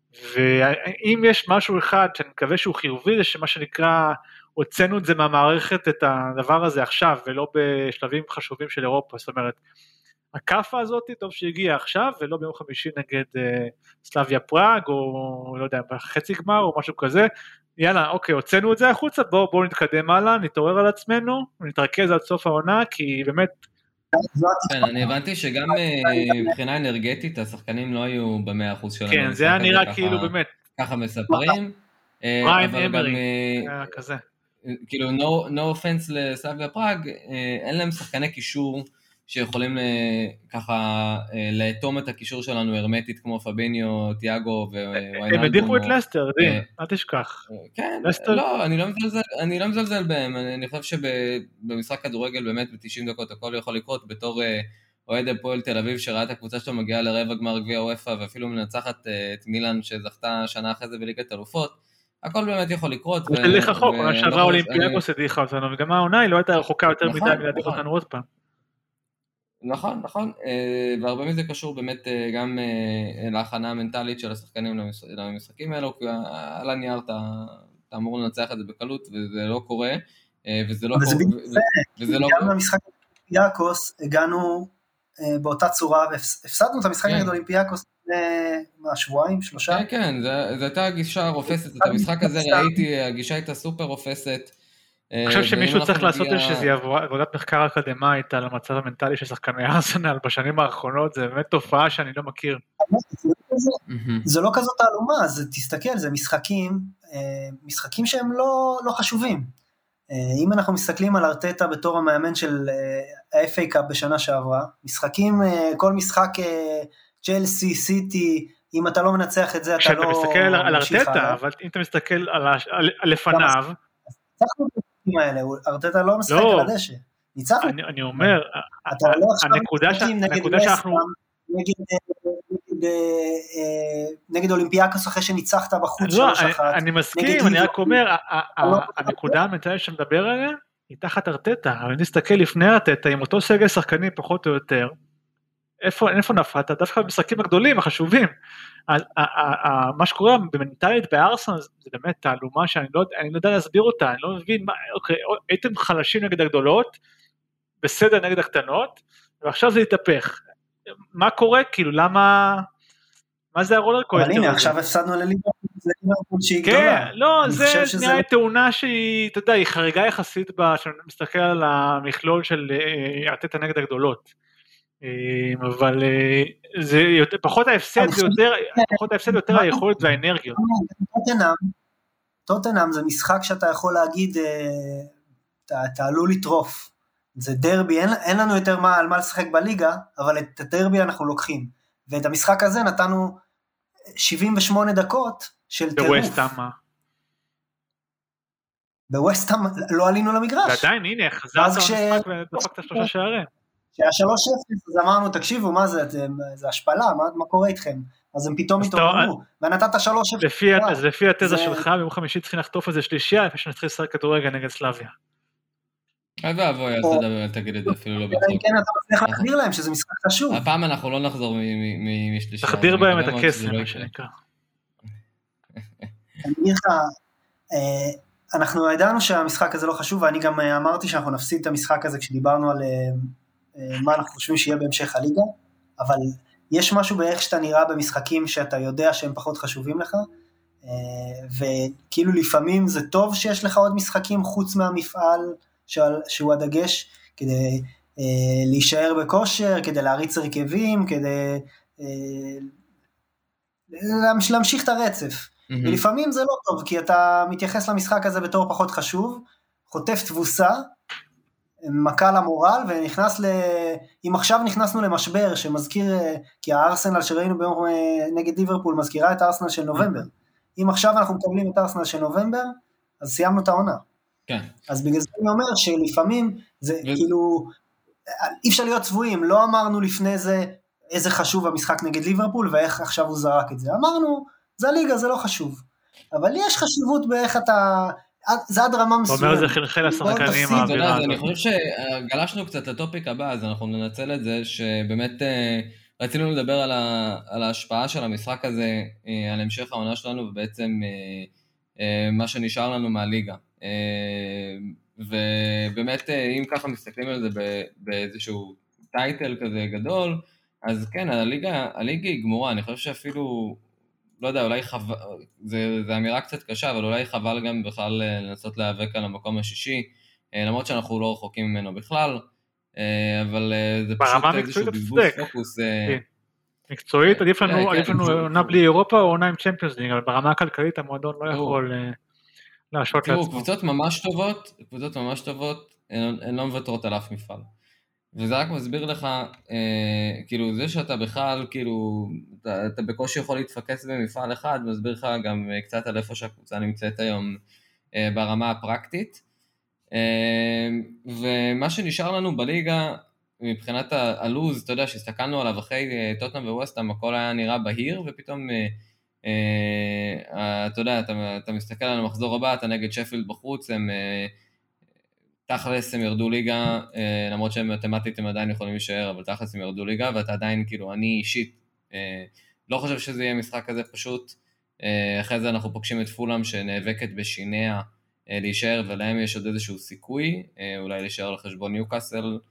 ואם יש משהו אחד שאני מקווה שהוא חיובי, זה שמה שנקרא, הוצאנו את זה מהמערכת את הדבר הזה עכשיו, ולא בשלבים חשובים של אירופה, זאת אומרת, הקאפה הזאת טוב שהגיעה עכשיו, ולא ביום חמישי נגד אה, סלאביה פראג, או לא יודע, בחצי גמר, או משהו כזה, יאללה, אוקיי, הוצאנו את זה החוצה, בואו בוא נתקדם הלאה, נתעורר על עצמנו, נתרכז עד סוף העונה, כי באמת... כן, אני הבנתי שגם מבחינה אנרגטית, השחקנים לא היו במאה אחוז שלנו. כן, זה היה נראה כאילו באמת. ככה מספרים. ריין אמרי, כזה. כאילו, no, no offense לסלאביה פראג, אין להם שחקני קישור שיכולים ככה לאטום את הקישור שלנו הרמטית כמו פביניו, תיאגו וויינלדום. הם הדיחו את לסטר, דין, אל תשכח. כן, לא, אני לא מזלזל, אני לא מזלזל בהם, אני חושב שבמשחק כדורגל באמת ב-תשעים דקות הכל יכול לקרות בתור אוהד הפועל תל אביב שראה את הקבוצה שלו מגיעה לרבע גמר גביע וופא ואפילו מנצחת את מילאן שזכתה שנה אחרי זה בליגת אלופות. הכל באמת יכול לקרות. זה הליך החוק, מה שעברה אולימפיאקוס הדיחה אותנו, וגם העונה היא לא הייתה רחוקה יותר מדי מלהדיח אותנו עוד פעם. נכון, נכון, והרבה מזה קשור באמת גם להכנה המנטלית של השחקנים למשחקים האלו, כי על הנייר אתה אמור לנצח את זה בקלות, וזה לא קורה, וזה לא קורה. וזה גם למשחק אולימפיאקוס הגענו באותה צורה, והפסדנו את המשחק נגד אולימפיאקוס מה, שבועיים, שלושה? כן, כן, זו הייתה הגישה רופסת, את המשחק הזה ראיתי, הגישה הייתה סופר רופסת. אני חושב שמישהו צריך לעשות איזושהי עבודת מחקר אקדמית על המצב המנטלי של שחקני ארסנל בשנים האחרונות, זה באמת תופעה שאני לא מכיר. זה לא כזאת תעלומה, תסתכל, זה משחקים, משחקים שהם לא חשובים. אם אנחנו מסתכלים על ארטטה בתור המאמן של ה-אף איי קאפ בשנה שעברה, משחקים, כל משחק צ'לסי, סיטי, אם אתה לא מנצח את זה, אתה לא... כשאתה מסתכל על ארטטה, אבל אם אתה מסתכל על לפניו... ניצחנו את המשחקים האלה, ארטטה לא משחק על הדשא. ניצחנו. אני אומר, הנקודה שאנחנו... נגד אולימפיאקוס אחרי שניצחת בחוץ שלוש אחת. אני מסכים, אני רק אומר, הנקודה המנטלית שמדבר עליה, היא תחת ארטטה, אבל אני אסתכל לפני ארטטה, עם אותו סגל שחקנים פחות או יותר, איפה נפלת? דווקא במשחקים הגדולים, החשובים. מה שקורה במנטלית בארסנל, זה באמת תעלומה שאני לא יודע להסביר אותה, אני לא מבין, אוקיי, הייתם חלשים נגד הגדולות, בסדר נגד הקטנות, ועכשיו זה יתהפך. מה קורה? כאילו, למה... מה זה הרולר קוסטר? אבל הנה, עכשיו הפסדנו לליברפול שהיא גדולה. כן, לא, זה נראה תאונה שהיא, אתה יודע, היא חריגה יחסית, כשאני מסתכל על המכלול של ארטטה נגד הגדולות. אבל זה פחות ההפסד, זה יותר, פחות ההפסד יותר היכולת והאנרגיות. טוטנהאם זה משחק שאתה יכול להגיד, אתה עלול לטרוף. זה דרבי, אין, אין לנו יותר מה, על מה לשחק בליגה, אבל את הדרבי אנחנו לוקחים. ואת המשחק הזה נתנו שבעים ושמונה דקות של טירוף. בווסט-האם. בווסט-האם לא עלינו למגרש. ועדיין, הנה, חזרת למשחק ודפקת שלושה שערים. שהיה שלוש אפס, אז אמרנו, תקשיבו, מה זה, זה השפלה, מה, מה קורה איתכם? אז הם פתאום התעוררו, ונתת שלוש אפס. אז לפי התזה שלך, ביום חמישי צריכים לחטוף איזה שלישייה, לפני שנתחיל לשחק כדורגל נגד סלאביה. אוי ואבוי, אז תדבר, תגיד את זה אפילו לא בצוק. כן, אתה מצליח להחדיר להם שזה משחק חשוב. הפעם אנחנו לא נחזור משלישייה. תחדיר בהם את הכסף, מה שנקרא. אני אגיד לך, אנחנו ידענו שהמשחק הזה לא חשוב, ואני גם אמרתי שאנחנו נפסיד את המשחק הזה כשדיברנו על מה אנחנו חושבים שיהיה בהמשך הליגה, אבל יש משהו באיך שאתה נראה במשחקים שאתה יודע שהם פחות חשובים לך, וכאילו לפעמים זה טוב שיש לך עוד משחקים חוץ מהמפעל שהוא הדגש, כדי להישאר בכושר, כדי להריץ הרכבים, כדי להמשיך את הרצף. Mm-hmm. ולפעמים זה לא טוב, כי אתה מתייחס למשחק הזה בתור פחות חשוב, חוטף תבוסה, מכה למורל, ונכנס ל... אם עכשיו נכנסנו למשבר שמזכיר, כי הארסנל שראינו ביום נגד ליברפול מזכירה את הארסנל של נובמבר. Mm-hmm. אם עכשיו אנחנו מקבלים את הארסנל של נובמבר, אז סיימנו את העונה. כן. אז בגלל זה אני אומר שלפעמים זה ו... כאילו, אי אפשר להיות צבועים, לא אמרנו לפני זה איזה חשוב המשחק נגד ליברפול, ואיך עכשיו הוא זרק את זה. אמרנו, זה הליגה, זה לא חשוב. אבל יש חשיבות באיך אתה... זה עד רמה מסוימת. אומר, זה חלחל השחקנים האווירה. אני חושב שגלשנו קצת לטופיק הבא, אז אנחנו ננצל את זה, שבאמת רצינו לדבר על ההשפעה של המשחק הזה, על המשך העונה שלנו, ובעצם מה שנשאר לנו מהליגה. ובאמת, אם ככה מסתכלים על זה באיזשהו טייטל כזה גדול, אז כן, הליגה, הליגה היא גמורה, אני חושב שאפילו, לא יודע, אולי חבל, זה, זה אמירה קצת קשה, אבל אולי חבל גם בכלל לנסות להיאבק על המקום השישי, למרות שאנחנו לא רחוקים ממנו בכלל, אבל זה פשוט איזשהו בזבוז פוקוס. מקצועית, עדיף לנו עונה בלי אירופה או עונה עם צ'מפיונס ליג, אבל ברמה הכלכלית המועדון לא יכול להשוות לעצמו. תראו, קבוצות ממש טובות, קבוצות ממש טובות, הן לא מוותרות על אף מפעל. וזה רק מסביר לך, אה, כאילו, זה שאתה בכלל, כאילו, אתה, אתה בקושי יכול להתפקס במפעל אחד, מסביר לך גם קצת על איפה שהקבוצה נמצאת היום אה, ברמה הפרקטית. אה, ומה שנשאר לנו בליגה, מבחינת הלוז, אתה יודע, שהסתכלנו עליו אחרי טוטנהאם וווסטהאם, הכל היה נראה בהיר, ופתאום, אה, אה, אתה יודע, אתה, אתה מסתכל על המחזור הבא, אתה נגד שפילד בחוץ, הם... אה, תכלס הם ירדו ליגה, למרות שהם מתמטית הם עדיין יכולים להישאר, אבל תכלס הם ירדו ליגה, ואתה עדיין, כאילו, אני אישית, לא חושב שזה יהיה משחק כזה פשוט, אחרי זה אנחנו פוגשים את פולאם שנאבקת בשיניה להישאר, ולהם יש עוד איזשהו סיכוי, אולי להישאר לחשבון ניוקאסל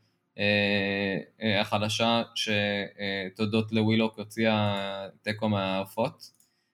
החדשה, שתודות לווילוק הוציאה טקו מהעופות,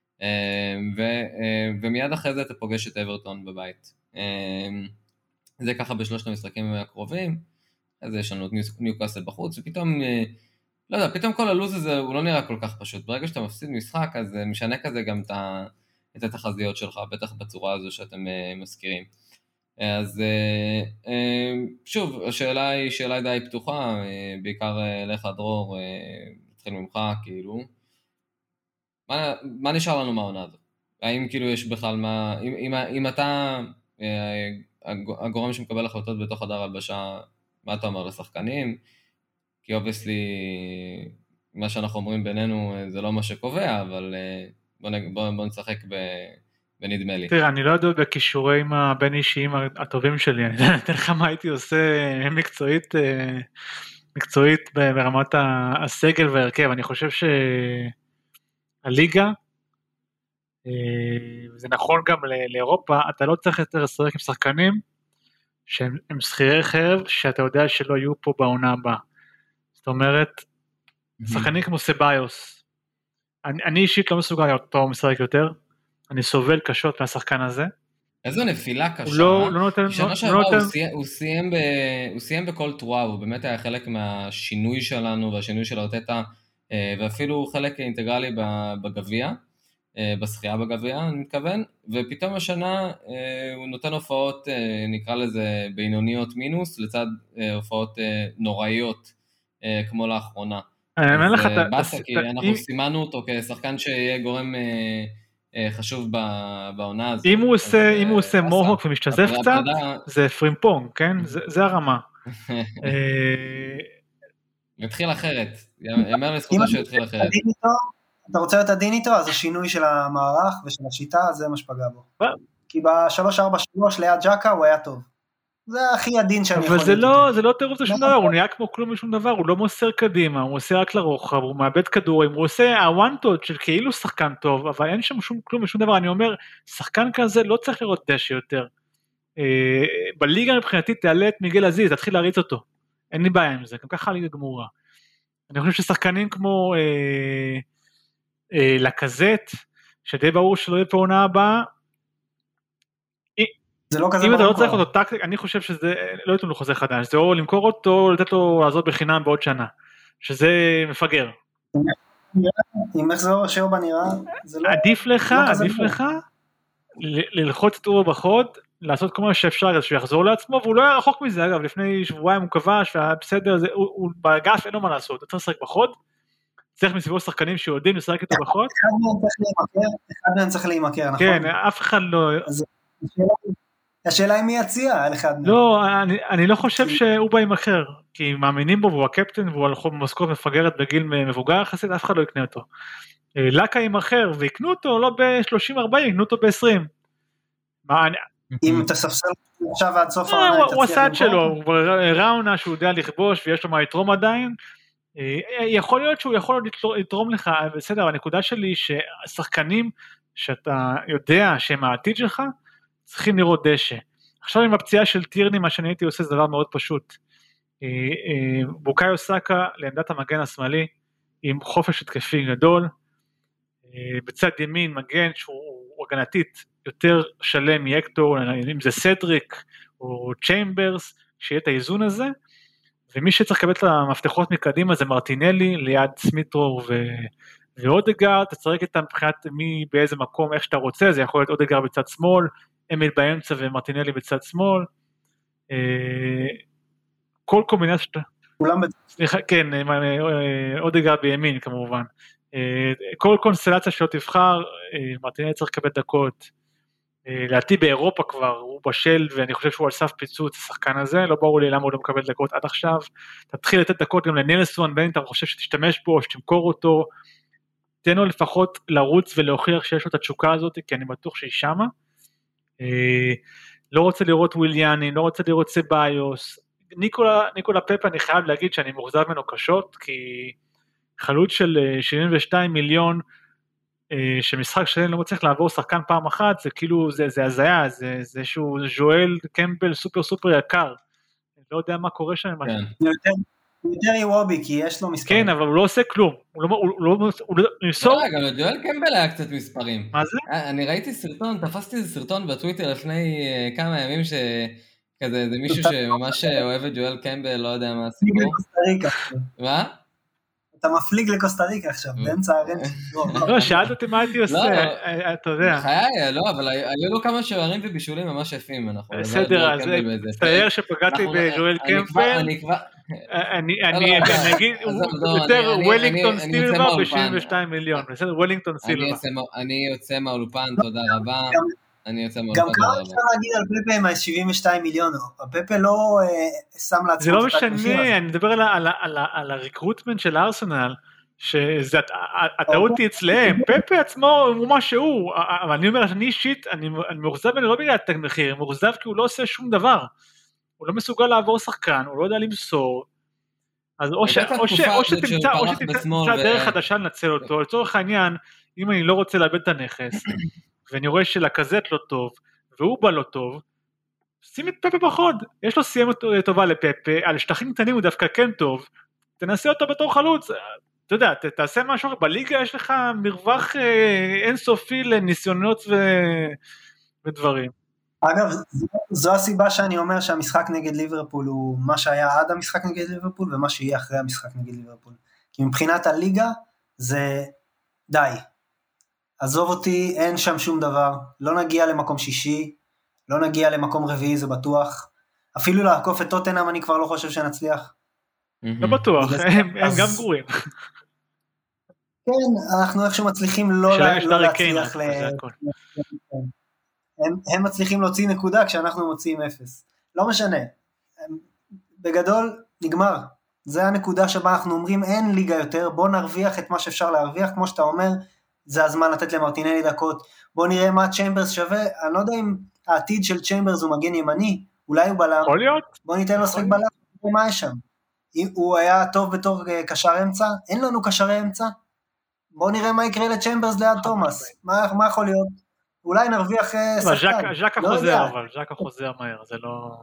ומיד אחרי זה אתה פוגש את אברטון בבית. זה ככה בשלושת המשחקים הקרובים, אז יש לנו את ניוקאסל בחוץ, ופתאום, לא יודע, פתאום כל הלוז הזה הוא לא נראה כל כך פשוט. ברגע שאתה מפסיד משחק, אז זה משנה כזה גם את התחזיות שלך, בטח בצורה הזו שאתם מזכירים. אז שוב, השאלה היא שאלה די פתוחה, בעיקר לך דרור, נתחיל ממך, כאילו, מה, מה נשאר לנו מהעונה הזו? האם כאילו יש בכלל מה, אם, אם, אם אתה... הגורם שמקבל החלטות בתוך חדר הלבשה, מה אתה אומר לשחקנים? כי אובייסלי, מה שאנחנו אומרים בינינו זה לא מה שקובע, אבל בוא, בוא, בוא נשחק בנדמה לי. תראה, אני לא יודע בכישורים הבין אישיים הטובים שלי, אני אתן לך מה הייתי עושה מקצועית, מקצועית ברמת הסגל והרכב. אני חושב שהליגה, וזה נכון גם לאירופה, אתה לא צריך יותר לשחק עם שחקנים שהם שכירי חרב, שאתה יודע שלא יהיו פה בעונה הבאה. זאת אומרת, שחקנים כמו סבאיוס, אני, אני אישית לא מסוגל להיות פה משחק יותר, אני סובל קשות מהשחקן הזה. איזו נפילה קשה. הוא לא, לא נותן... שנה שעברה הוא, הוא, סיים ב, הוא סיים בכל תרועה, הוא באמת היה חלק מהשינוי שלנו, והשינוי של ארטטה, ואפילו חלק אינטגרלי בגביע, בשחייה בגביע, אני מתכוון, ופתאום השנה הוא נותן הופעות, נקרא לזה בינוניות מינוס, לצד הופעות נוראיות, כמו לאחרונה. אני אומר לך, בסה, כי אנחנו סימנו אותו כשחקן שיהיה גורם חשוב בעונה הזאת. אם הוא עושה מוהוק ומשתזף קצת, זה פרימפונג, כן? זה הרמה. יתחיל אחרת, יאמר לזכותו שיתחיל אחרת. אתה רוצה להיות עדין איתו, אז השינוי של המערך ושל השיטה, זה מה שפגע בו. כי ב-שלוש ארבע שלוש ליד ג'קה הוא היה טוב. זה הכי עדין שאני יכול להיות איתו. אבל זה לא תירוץ לשום דבר, הוא נהיה כמו כלום משום דבר, הוא לא מוסר קדימה, הוא עושה רק לרוחב, הוא מאבד כדורים, הוא עושה הוואנטות של כאילו שחקן טוב, אבל אין שם כלום משום דבר. אני אומר, שחקן כזה לא צריך לראות דשא יותר. בליגה מבחינתי תעלה את מיגל עזיז, תתחיל להריץ אותו. אין לי בעיה עם זה, גם ככה ליגה גמורה. אני חושב ששחקנים כמו לקזט שדי ברור שלא יהיה פה עונה הבאה, זה לא כזה אם אתה לא ברור צריך כבר. אותו טקטיק, אני חושב שזה, לא ייתנו לו חוזה חדש, זה או למכור אותו, או לתת לו לעזוב בחינם בעוד שנה, שזה מפגר. אם איך זה שאובה נראה, זה לא... עדיף לך, לא כזה עדיף ברור. לך, ל- ללחוץ את אורו בחוד, לעשות כל מה שאפשר, אז שהוא יחזור לעצמו, והוא לא היה רחוק מזה, אגב, לפני שבועיים הוא כבש, והיה בסדר, זה, הוא, הוא באגף, אין לו מה לעשות, אתה צריך לשחק בחוד, צריך מסביבו שחקנים שיודעים לשחק איתו בחוד, אחד מהם צריך להימכר, אחד מהם צריך להימכר, נכון? כן, אף אחד לא, השאלה היא מי יציע על אחד מהם. לא, אני, אני לא חושב שהוא בא עם אחר, כי מאמינים בו, והוא הקפטן, והוא הלכו במשכורת מפגרת בגיל מבוגר יחסית, אף אחד לא יקנה אותו. לקה עם אחר, ויקנו אותו לא ב-שלושים ארבעים, יקנו אותו ב-עשרים. מה, אני... אם תספסל עכשיו עד סוף לא, העונה, הוא, תצליח הוא עשה את למכור שלו, אותו? הוא כבר הראה עונה שהוא יודע לכבוש, ויש לו מה לתרום עדיין, יכול להיות שהוא יכול לתרום לך, בסדר, הנקודה שלי היא שהשחקנים שאתה יודע שהם העתיד שלך, צריכים לראות דשא. עכשיו עם הפציעה של טירני, מה שאני הייתי עושה זה דבר מאוד פשוט. בוקאיו סאקה לעמדת המגן השמאלי, עם חופש התקפי גדול, בצד ימין מגן שהוא הגנתית יותר שלם מאקטור, אם זה סדריק או צ'יימברס, שיהיה את האיזון הזה, ומי שצריך לקבל את המפתחות מקדימה זה מרטינלי, ליד סמיטרו ו... ואודגרד, אתה צריך את מבחינת מי באיזה מקום, איך שאתה רוצה, זה יכול להיות אודגרד בצד שמאל, אמיל באמצע ומרטינלי בצד שמאל, כל קומבינציה שאתה... כולם סליחה, כן, אודגרד בימין כמובן, כל קונסטלציה שלא תבחר, מרטינלי צריך לקבל דקות, לדעתי באירופה כבר, הוא בשל, ואני חושב שהוא על סף פיצוץ, השחקן הזה, לא ברור לי למה הוא לא מקבל דקות עד עכשיו, תתחיל לתת דקות גם לנילסון, בין אם אתה חושב שתשתמש בו, או שתמכור אותו, תן לו לפחות לרוץ ולהוכיח שיש לו את התשוקה הזאת, כי אני בטוח שהיא שמה, לא רוצה לראות וויליאני, לא רוצה לראות סבאיוס, ניקולה, ניקולה פפה, אני חייב להגיד שאני מוחזב ממנו קשות, כי חלוץ של שבעים ושתיים מיליון, שמשחק שלנו לא מצליח לעבור שחקן פעם אחת, זה כאילו, זה, זה הזיה, זה, זה שהוא ז'ואל קמבל סופר סופר יקר, אני לא יודע מה קורה שם, כן. הוא יותר יוובי, כי יש לו מספרים. כן, אבל הוא לא עושה כלום, הוא לא, הוא לא, הוא לא, נמסור, לא, גם ג'ואל קמבל היה קצת מספרים. מה זה? אני ראיתי סרטון, תפסתי איזה סרטון בטוויטר לפני כמה ימים, שכזה, זה מישהו שממש אוהב את ג'ואל קמבל, לא יודע מה הסיפור. מה? אתה מפליג לקוסטה ריקה עכשיו, באמצע הרנט. לא, שאלת אותי מה הייתי עושה, אתה יודע. חיי, לא, אבל היו לו כמה שערים ובישולים ממש יפים, אנחנו. בסדר, אז תאר שפגעתי בג'ואל קמבל, אני אגיד, יותר וולינגטון סילבה ב-שבעים ושתיים מיליון, בסדר, וולינגטון סילבה. אני יוצא מהאולפן, תודה רבה. אני יוצא מהאולפן, גם כמה אפשר להגיד על פפה עם ה-שבעים ושתיים מיליון, הפפה לא שם לעצמו... זה לא משנה, אני מדבר על הריקרוטמנט של ארסנל, שהטעות היא אצלהם, פפה עצמו הוא מה שהוא, אבל אני אומר, אני אישית, אני מורזב ממנו לא בגלל תג מחיר, אני מורזב כי הוא לא עושה שום דבר, הוא לא מסוגל לעבור שחקן, הוא לא יודע למסור, אז או שתמצא דרך חדשה לנצל אותו, לצורך העניין, אם אני לא רוצה לאבד את הנכס, ואני רואה שלקזט לא טוב, והוא בא לא טוב, שים את פפה בחוד, יש לו סיים טובה לפפה, על שטחים קטנים הוא דווקא כן טוב, תנסה אותו בתור חלוץ, אתה יודע, תעשה משהו, בליגה יש לך מרווח אינסופי לניסיונות ודברים. אגב, זו הסיבה שאני אומר שהמשחק נגד ליברפול הוא מה שהיה עד המשחק נגד ליברפול, ומה שיהיה אחרי המשחק נגד ליברפול. כי מבחינת הליגה זה די. עזוב אותי, אין שם שום דבר, לא נגיע למקום שישי, לא נגיע למקום רביעי, זה בטוח, אפילו לעקוף את טוטנהאם אני כבר לא חושב שנצליח. לא בטוח, הם גם גרועים. כן, אנחנו איכשהו מצליחים לא להצליח, הם מצליחים להוציא נקודה כשאנחנו מוציאים אפס, לא משנה, בגדול נגמר, זה הנקודה שבה אנחנו אומרים אין ליגה יותר, בוא נרוויח את מה שאפשר להרוויח, כמו שאתה אומר, זה הזמן לתת למרטינלי דקות, בוא נראה מה צ'יימברס שווה, אני לא יודע אם העתיד של צ'יימברס הוא מגן ימני, אולי הוא בלם, בוא ניתן לו שחק בלם, מה יש שם, הוא היה טוב בתור קשר אמצע, אין לנו קשרי אמצע, בוא נראה מה יקרה לצ'יימברס ליד תומאס, מה יכול להיות, אולי נרוויח שחקן, ז'קה חוזר אבל, ז'קה חוזר מהר, זה לא...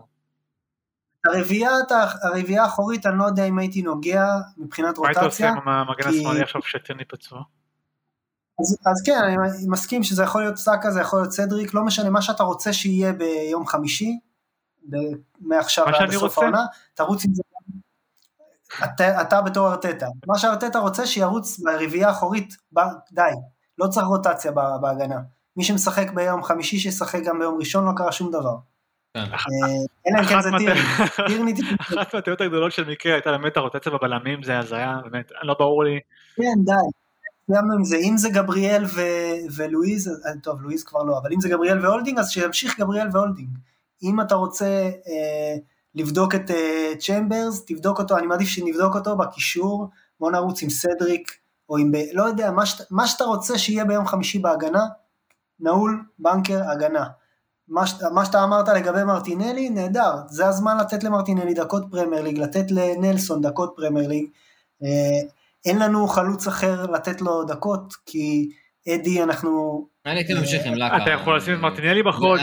הרביעייה האחורית, אני לא יודע אם הייתי נוגע מבחינת רוטציה. מה היית עושה עם המגן השמאלי עכשיו שטרני פצוע? אז, אז כן, אני מסכים שזה יכול להיות סאקה, זה יכול להיות סדריק, לא משנה, מה שאתה רוצה שיהיה ביום חמישי, מעכשיו עד לסוף העונה, תרוץ עם זה, אתה, אתה בתור ארטטה, מה שארטטה רוצה שירוץ ברביעייה האחורית, די, לא צריך רוטציה בהגנה, מי שמשחק ביום חמישי שישחק גם ביום ראשון, לא קרה שום דבר. אין להם כן זה טירני. אחת מהטעויות הגדולות של מקרה הייתה באמת הרוטציה בבלמים, זה הזיה, באמת, לא ברור לי. כן, די. אם זה גבריאל ולואיז, טוב, לואיז כבר לא, אבל אם זה גבריאל והולדינג, אז שימשיך גבריאל והולדינג. אם אתה רוצה לבדוק את צ'מברס, תבדוק אותו, אני מעדיף שנבדוק אותו בקישור, בוא נרוץ עם סדריק, או עם, לא יודע, מה שאתה רוצה שיהיה ביום חמישי בהגנה, נעול, בנקר, הגנה. מה שאתה אמרת לגבי מרטינלי, נהדר, זה הזמן לתת למרטינלי דקות פרמייר ליג, לתת לנלסון דקות פרמייר ליג, אין לנו חלוץ אחר לתת לו דקות, כי אדי אנחנו... אני הייתי ממשיך עם לקה. אתה יכול לשים את מרטינלי בחוד?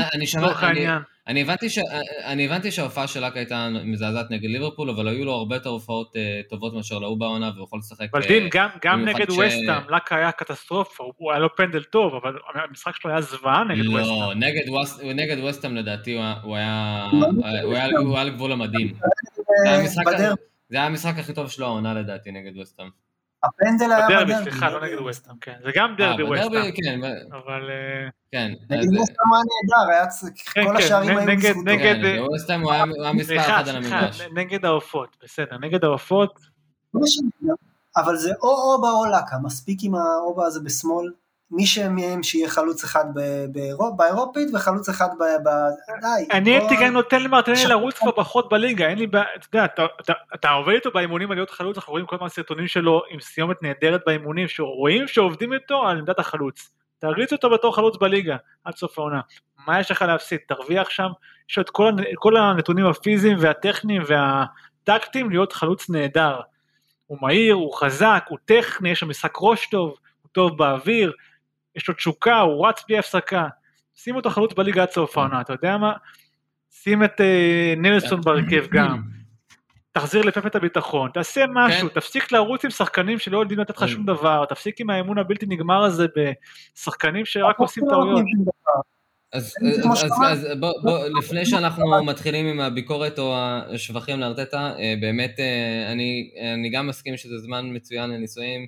אני הבנתי שההופעה של לקה הייתה מזעזעת נגד ליברפול, אבל היו לו הרבה יותר הופעות טובות מאשר להוא בעונה, והוא יכול לשחק... אבל דין, גם נגד ווסטהאם, לקה היה קטסטרופה, הוא היה לו פנדל טוב, אבל המשחק שלו היה זוועה נגד ווסטהאם. לא, נגד ווסטהאם לדעתי הוא היה לגבול המדהים. זה היה המשחק הכי טוב שלו, העונה לדעתי נגד ווסטהאם. הפנדל היה בדרבי, סליחה, לא נגד ווסטהאם, כן. זה גם דרבי ווסטהאם. אבל... כן. נגד ווסטהאם היה נהדר, היה כל השערים היו בזכותו. נגד ווסטהאם הוא היה מספר אחד על המגרש. נגד העופות, בסדר, נגד העופות. אבל זה או אובה או לקה, מספיק עם האובה הזה בשמאל, מי שמהם שיהיה חלוץ אחד באירופית וחלוץ אחד די. אני הייתי גם נותן למרטינלי לרוץ כבר פחות בליגה, אין לי, אתה יודע, אתה עובד איתו באימונים על להיות חלוץ, אנחנו רואים כל הזמן סרטונים שלו עם סיומת נהדרת באימונים, שרואים שעובדים איתו על עמדת החלוץ, תריץ אותו בתור חלוץ בליגה, עד סוף העונה, מה יש לך להפסיד, תרוויח שם, יש לו את כל הנתונים הפיזיים והטכניים והטקטיים להיות חלוץ נהדר, הוא מהיר, הוא חזק, הוא טכני, יש לו משחק ראש טוב, הוא טוב באוויר, יש לו תשוקה, הוא רץ בלי הפסקה, שים אותו חלוץ בליגה עד סוף העונה, אתה יודע מה? שים את נלסון בהרכב גם, תחזיר לפפ את הביטחון, תעשה משהו, תפסיק לרוץ עם שחקנים שלא יודעים לתת לך שום דבר, תפסיק עם האמון הבלתי נגמר הזה בשחקנים שרק עושים טעויות. אז בוא, לפני שאנחנו מתחילים עם הביקורת או השבחים לארטטה, באמת אני גם מסכים שזה זמן מצוין לניסויים,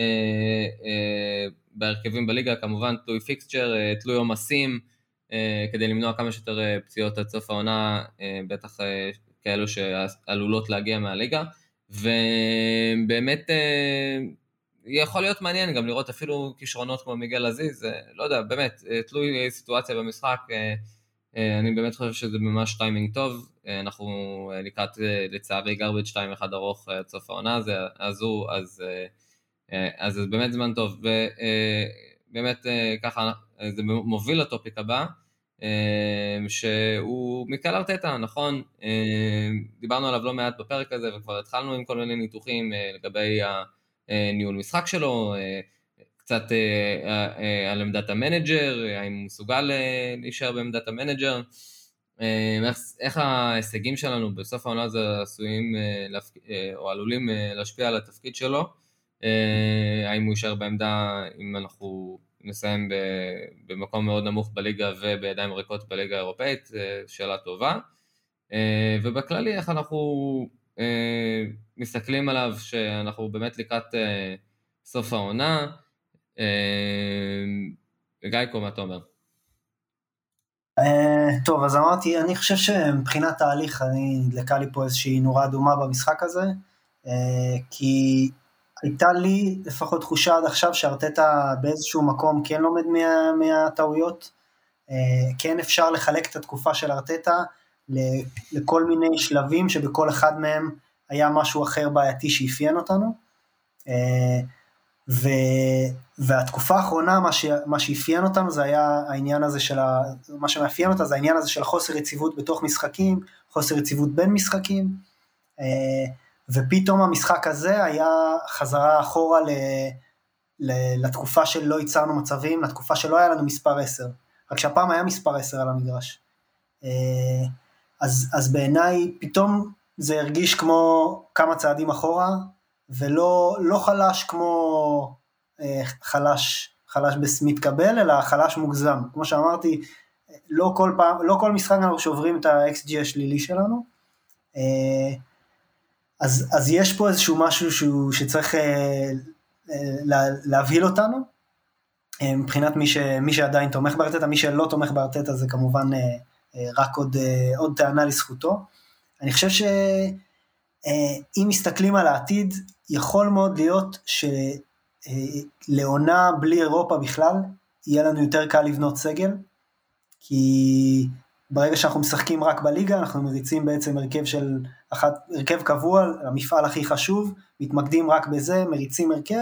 בהרכבים בליגה, כמובן תלוי פיקסצ'ר, תלוי עומסים, כדי למנוע כמה שיותר פציעות עד סוף העונה, בטח כאלו שעלולות להגיע מהליגה, ובאמת יכול להיות מעניין גם לראות אפילו כישרונות כמו מיגל עזיז, לא יודע, באמת, תלוי סיטואציה במשחק, אני באמת חושב שזה ממש טיימינג טוב, אנחנו לקראת לצערי גרבג' שתיים אחד ארוך עד סוף העונה הזו, אז אז זה באמת זמן טוב, ובאמת ככה זה מוביל לטופיק הבא, שהוא מיקל ארטטה, נכון, דיברנו עליו לא מעט בפרק הזה, וכבר התחלנו עם כל מיני ניתוחים לגבי הניהול משחק שלו, קצת על עמדת המנג'ר, האם הוא מסוגל להישאר בעמדת המנג'ר, איך ההישגים שלנו בסוף העונה הזה עשויים או עלולים להשפיע על התפקיד שלו, האם הוא יישאר בעמדה אם אנחנו נסיים במקום מאוד נמוך בליגה ובידיים ריקות בליגה האירופאית, שאלה טובה, ובכללי איך אנחנו מסתכלים עליו שאנחנו באמת לקראת סוף העונה. גייקו, מה אתה אומר? טוב, אז אמרתי, אני חושב שמבחינת תהליך אני נדלקה לי פה איזושהי נורה אדומה במשחק הזה, כי הייתה לי לפחות תחושה עד עכשיו שארטטה באיזשהו מקום כן לומד מה, מהטעויות, כן אפשר לחלק את התקופה של ארטטה לכל מיני שלבים שבכל אחד מהם היה משהו אחר בעייתי שאפיין אותנו, ו, והתקופה האחרונה מה, ש, מה שאפיין אותנו זה היה העניין הזה של, ה, מה שמאפיין אותה זה העניין הזה של חוסר יציבות בתוך משחקים, חוסר יציבות בין משחקים, ופתאום המשחק הזה היה חזרה אחורה ל, ל, לתקופה שלא ייצרנו מצבים, לתקופה שלא היה לנו מספר עשר, רק שהפעם היה מספר עשר על המגרש. אז, אז בעיניי פתאום זה הרגיש כמו כמה צעדים אחורה, ולא לא חלש כמו חלש, חלש מתקבל, אלא חלש מוגזם. כמו שאמרתי, לא כל פעם, לא כל משחק אנחנו שוברים את ה-אקס ג'י השלילי שלנו, אז, אז יש פה איזשהו משהו שהוא, שצריך לה, להבהיל אותנו, מבחינת מי, ש, מי שעדיין תומך בארטטה, מי שלא תומך בארטטה זה כמובן רק עוד, עוד טענה לזכותו. אני חושב שאם מסתכלים על העתיד, יכול מאוד להיות שלעונה בלי אירופה בכלל, יהיה לנו יותר קל לבנות סגל, כי ברגע שאנחנו משחקים רק בליגה, אנחנו מריצים בעצם הרכב של, אחת, הרכב קבוע, המפעל הכי חשוב, מתמקדים רק בזה, מריצים הרכב,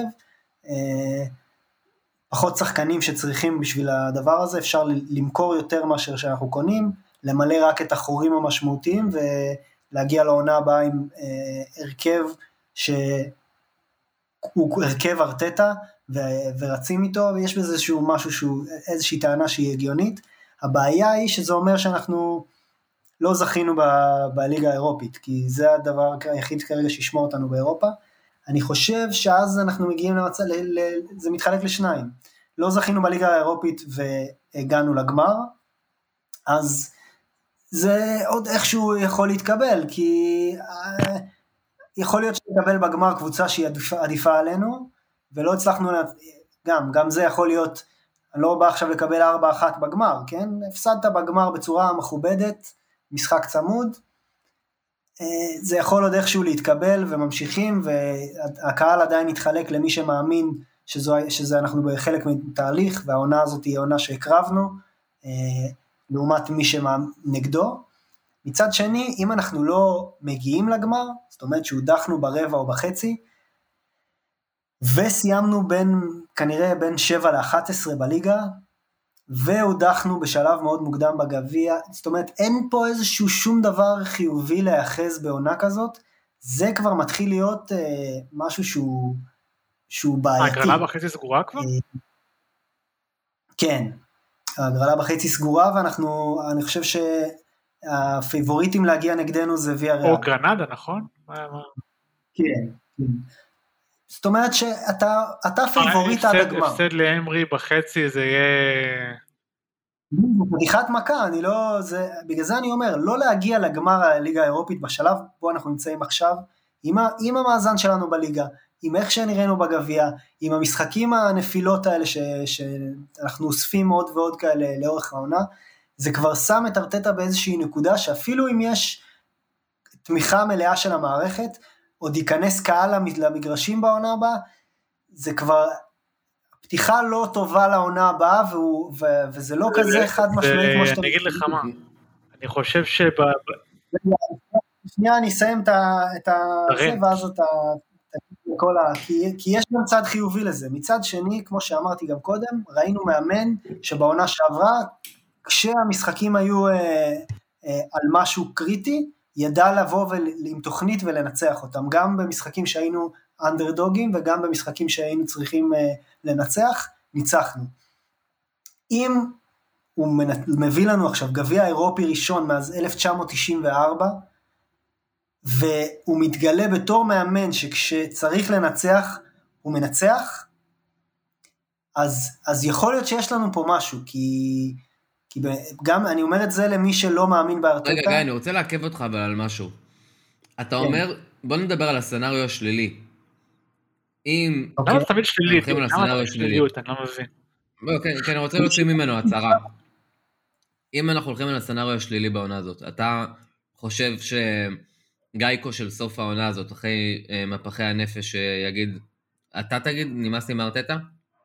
פחות שחקנים שצריכים בשביל הדבר הזה, אפשר למכור יותר מאשר שאנחנו קונים, למלא רק את החורים המשמעותיים, ולהגיע לעונה הבאה עם הרכב שהוא הרכב ארטטה, ורצים איתו, ויש בזה איזשהו משהו, שהוא, איזושהי טענה שהיא הגיונית. הבעיה היא שזה אומר שאנחנו לא זכינו ב- בליגה האירופית, כי זה הדבר היחיד כרגע שישמור אותנו באירופה. אני חושב שאז אנחנו מגיעים למצב, ל- ל- זה מתחלק לשניים. לא זכינו בליגה האירופית והגענו לגמר, אז זה עוד איכשהו יכול להתקבל, כי יכול להיות שנקבל בגמר קבוצה שהיא עדיפה, עדיפה עלינו, ולא הצלחנו, גם, גם זה יכול להיות, אני לא בא עכשיו לקבל ארבע אחת בגמר, כן? הפסדת בגמר בצורה מכובדת, משחק צמוד, זה יכול עוד איכשהו להתקבל וממשיכים, והקהל עדיין יתחלק למי שמאמין שזו, שזה אנחנו בחלק מתהליך, והעונה הזאת היא העונה שהקרבנו, לעומת מי שנגדו. מצד שני, אם אנחנו לא מגיעים לגמר, זאת אומרת שהודחנו ברבע או בחצי, וסיימנו בין, כנראה בין שבע לאחת עשרה בליגה, והודחנו בשלב מאוד מוקדם בגביע, זאת אומרת, אין פה איזשהו שום דבר חיובי להיאחז בעונה כזאת, זה כבר מתחיל להיות אה, משהו שהוא, שהוא בעייתי. ההגרלה בחצי סגורה כבר? אה, כן, ההגרלה בחצי סגורה, ואנחנו, אני חושב שהפייבוריטים להגיע נגדנו זה ויה ריאל. או גרנדה, נכון? כן, כן. זאת אומרת שאתה אתה פייבוריט עד הגמר. הפסד לאמרי בחצי זה יהיה... פתיחת מכה, אני לא... זה, בגלל זה אני אומר, לא להגיע לגמר הליגה האירופית בשלב בו אנחנו נמצאים עכשיו, עם, ה, עם המאזן שלנו בליגה, עם איך שנראינו בגביע, עם המשחקים הנפילות האלה ש, שאנחנו אוספים עוד ועוד כאלה לאורך העונה, זה כבר שם את ארטטה באיזושהי נקודה, שאפילו אם יש תמיכה מלאה של המערכת, עוד ייכנס קהל למגרשים בעונה הבאה, זה כבר פתיחה לא טובה לעונה הבאה, והוא, ו, וזה לא זה, כזה חד משמעי כמו שאתה... אני אגיד לך מה, אני חושב שב... שנייה, אני אסיים את זה, ואז אתה... ה... כי, כי יש גם צד חיובי לזה. מצד שני, כמו שאמרתי גם קודם, ראינו מאמן שבעונה שעברה, כשהמשחקים היו אה, אה, על משהו קריטי, ידע לבוא עם תוכנית ולנצח אותם, גם במשחקים שהיינו אנדרדוגים, וגם במשחקים שהיינו צריכים לנצח, ניצחנו. אם הוא מביא לנו עכשיו גביע אירופי ראשון מאז אלף תשע מאות תשעים וארבע, והוא מתגלה בתור מאמן שכשצריך לנצח, הוא מנצח, אז, אז יכול להיות שיש לנו פה משהו, כי... כי גם אני אומר את זה למי שלא מאמין בארטטה. רגע, גיא, אני רוצה לעכב אותך אבל על משהו. אתה אומר, בוא נדבר על הסצנריו השלילי. אם... למה אתה תמיד שלילית? למה אתה תמיד שליליות? אני לא מבין. כי אני רוצה להוציא ממנו הצהרה. אם אנחנו הולכים על הסצנריו השלילי בעונה הזאת, אתה חושב שגייקו של סוף העונה הזאת, אחרי מפחי הנפש, יגיד, אתה תגיד, נמאס לי מארטטה?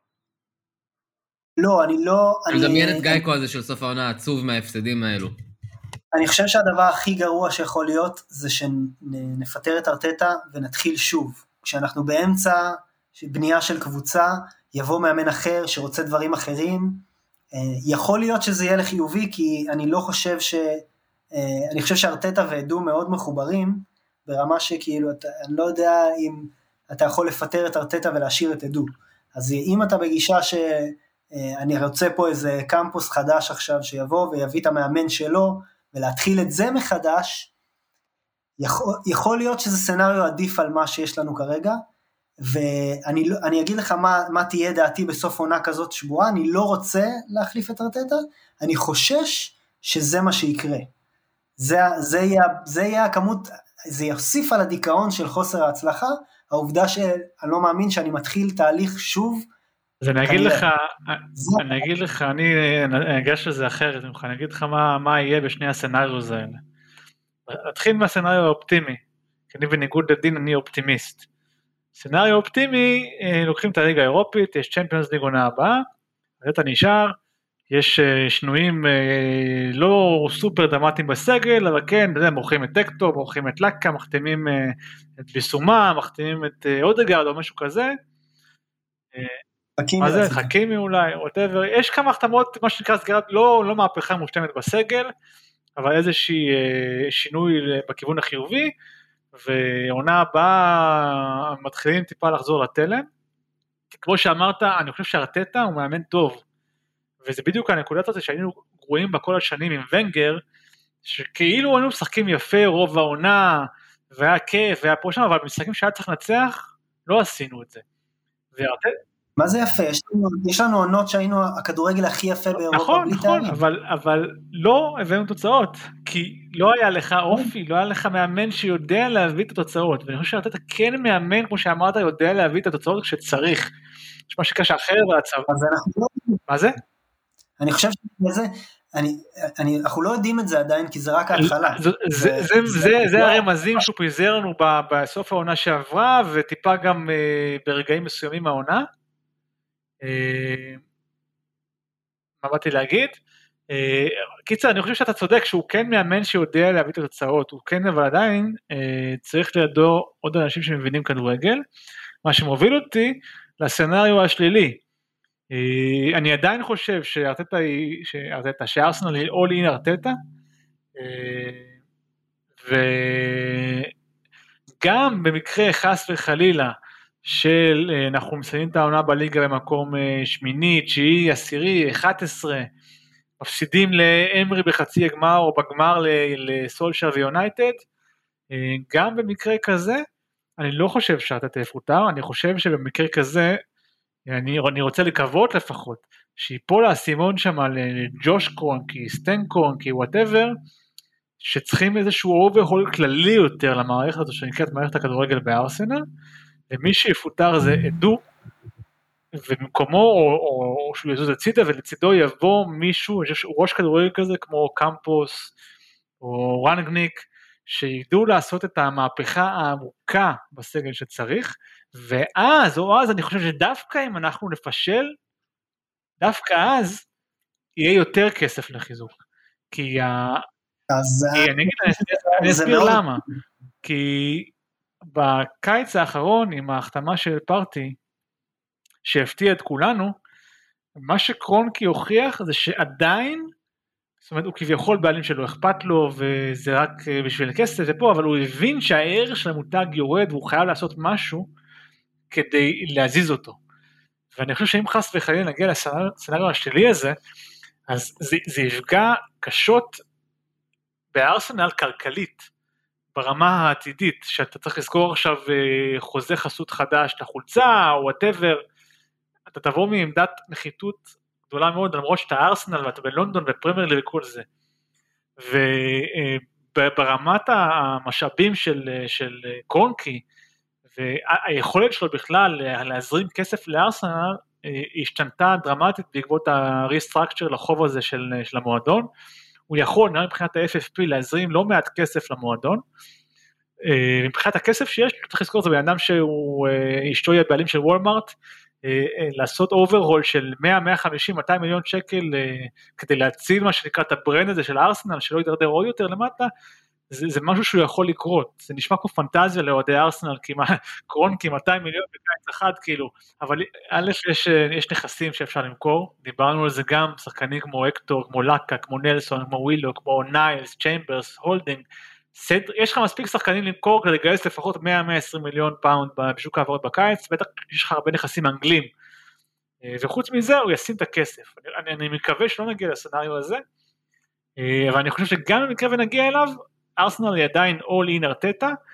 לא, אני לא... אני מדמיין את גייקו הזה של סוף העונה העצוב מההפסדים האלו. אני חושב שהדבר הכי גרוע שיכול להיות, זה שנפטר את ארטטה ונתחיל שוב. כשאנחנו באמצע בנייה של קבוצה, יבוא מאמן אחר שרוצה דברים אחרים, יכול להיות שזה יהיה לחיובי, כי אני לא חושב ש... אני חושב שארטטה ועדו מאוד מחוברים, ברמה שכאילו, אני לא יודע אם אתה יכול לפטר את ארטטה ולהשאיר את עדו. אז אם אתה בגישה ש... אני רוצה פה איזה קמפוס חדש עכשיו שיבוא ויביא את המאמן שלו, ולהתחיל את זה מחדש, יכול, יכול להיות שזה סצנריו עדיף על מה שיש לנו כרגע, ואני אני אגיד לך מה, מה תהיה דעתי בסוף עונה כזאת שבועה, אני לא רוצה להחליף את ארטטה, אני חושש שזה מה שיקרה. זה, זה יהיה, זה יהיה הכמות, זה יוסיף על הדיכאון של חוסר ההצלחה, העובדה שאני לא מאמין שאני מתחיל תהליך שוב. אז אני אגיד לך, אני אגיד לך, אני אגש לזה אחרת, אני אגיד לך מה, מה יהיה בשני הסנריוז האלה. נתחיל מהסנריו האופטימי, כי אני בניגוד לדין אני אופטימיסט. סנריו אופטימי, לוקחים את הליגה האירופית, יש צ'מפיונס ליג עונה הבאה, אתה נשאר, יש שנויים לא סופר דרמטיים בסגל, אבל כן, מורחים את טקטו, מורחים את לקה, מחתימים את ביסומה, מחתימים את אודגרד או משהו כזה. מה זה? חכימי אולי, whatever. יש כמה החתמות, מה שנקרא סגירת, לא, לא מהפכה מושתמת בסגל, אבל איזושהי שינוי בכיוון החיובי, ועונה הבאה מתחילים טיפה לחזור לתלם. כמו שאמרת, אני חושב שארטטה הוא מאמן טוב, וזה בדיוק הנקודת הזאת שהיינו גרועים בכל השנים עם ונגר, שכאילו היינו משחקים יפה רוב העונה, והיה כיף, והיה פה שם, אבל במשחקים שהיה צריך לנצח, לא עשינו את זה. וארטטה... מה זה יפה? יש לנו, יש לנו עונות שהיינו הכדורגל הכי יפה באירופה. נכון, נכון, אבל, אבל לא הבאנו תוצאות, כי לא היה לך אופי, לא היה לך מאמן שיודע להביא את התוצאות, ואני חושב שארטטה כן מאמן, כמו שאמרת, יודע להביא את התוצאות כשצריך. יש מה שקשה אחר בהצעה. מה זה? אני חושב שזה, אני, אני, אנחנו לא יודעים את זה עדיין, כי זה רק ההתחלה. זה, זה, זה, זה, זה הרמזים שהוא פיזר לנו בסוף העונה שעברה, וטיפה גם ברגעים מסוימים העונה. מה באתי להגיד? קיצר, אני חושב שאתה צודק שהוא כן מאמן שיודע להביא את התוצאות, הוא כן, אבל עדיין צריך לידו עוד אנשים שמבינים כדורגל, מה שמוביל אותי לסצנריו השלילי. אני עדיין חושב שארטטה היא, שארטטה, שארסנל היא all in ארטטה, וגם במקרה חס וחלילה, של אנחנו מסיימים את העונה בליגה במקום שמיני, תשיעי, עשירי, אחת עשרה, מפסידים לאמרי בחצי הגמר או בגמר לסולשר ויונייטד, גם במקרה כזה, אני לא חושב שארטטה יפוטר, אני חושב שבמקרה כזה, אני, אני רוצה לקוות לפחות, שיפול האסימון שם לג'וש קרונקי, סטן קרונקי, whatever, שצריכים איזשהו אוברהול כללי יותר למערכת הזו שנקראת מערכת הכדורגל בארסנל, ומי שיפוטר זה עדו, ובמקומו, או, או, או שהוא יזוז הצידה, ולצידו יבוא מישהו, ראש כדורגל כזה, כמו קמפוס, או רנגניק, שידעו לעשות את המהפכה העמוקה בסגל שצריך, ואז, או אז, אני חושב שדווקא אם אנחנו נפשל, דווקא אז, יהיה יותר כסף לחיזוק. כי, ה... אז... כי אני, אני, אני אסביר מאוד... למה. כי בקיץ האחרון, עם ההחתמה של פרטי, שהפתיע את כולנו, מה שקרונקי הוכיח זה שעדיין, זאת אומרת, הוא כביכול בעלים שלו, אכפת לו, וזה רק בשביל כסף ופה, אבל הוא הבין שהערך של המותג יורד, והוא חייב לעשות משהו כדי להזיז אותו. ואני חושב שאם חס וחלילה נגיע לסצנריו השלילי הזה, אז זה, זה יפגע קשות בארסנל כלכלית, ברמה העתידית, שאתה צריך לזכור עכשיו חוזה חסות חדש לחולצה, או whatever, אתה תבוא מעמדת נחיתות גדולה מאוד, למרות שאתה ארסנל ואתה בלונדון ופרמייר ליג וכל זה. וברמת המשאבים של, של קרונקי, והיכולת שלו בכלל להזרים כסף לארסנל, השתנתה דרמטית בעקבות הריסטרקצ'ר לחוב הזה של, של המועדון. הוא יכול, נראה מבחינת ה-אף אף פי, להזרים לא מעט כסף למועדון. מבחינת הכסף שיש, צריך לזכור, זה באדם שהוא אשתו יהיה בעלים של וולמארט, לעשות אוברהול של מאה, מאה וחמישים, מאתיים מיליון שקל, כדי להציל מה שנקרא את הברנד הזה של ארסנל, שלא ידרדר עוד יותר למטה, זה, זה משהו שהוא יכול לקרות, זה נשמע כמו פנטזיה לאוהדי ארסנל, קרונקי מאתיים מיליון בקיץ אחד, כאילו, אבל א' יש, יש נכסים שאפשר למכור, דיברנו על זה גם, שחקנים כמו אקטור, כמו לקה, כמו נלסון, כמו ווילו, כמו ניילס, צ'יימברס, הולדינג, סדר, יש לך מספיק שחקנים למכור כדי לגייס לפחות מאה עד מאה ועשרים מיליון פאונד בשוק העברות בקיץ, בטח יש לך הרבה נכסים אנגלים, וחוץ מזה הוא ישים את הכסף. אני, אני, אני מקווה שלא נגיע לסצנריו הזה, אבל אני חושב שגם במקרה ונגיע אליו, ארסנל היא עדיין all in ארטטה,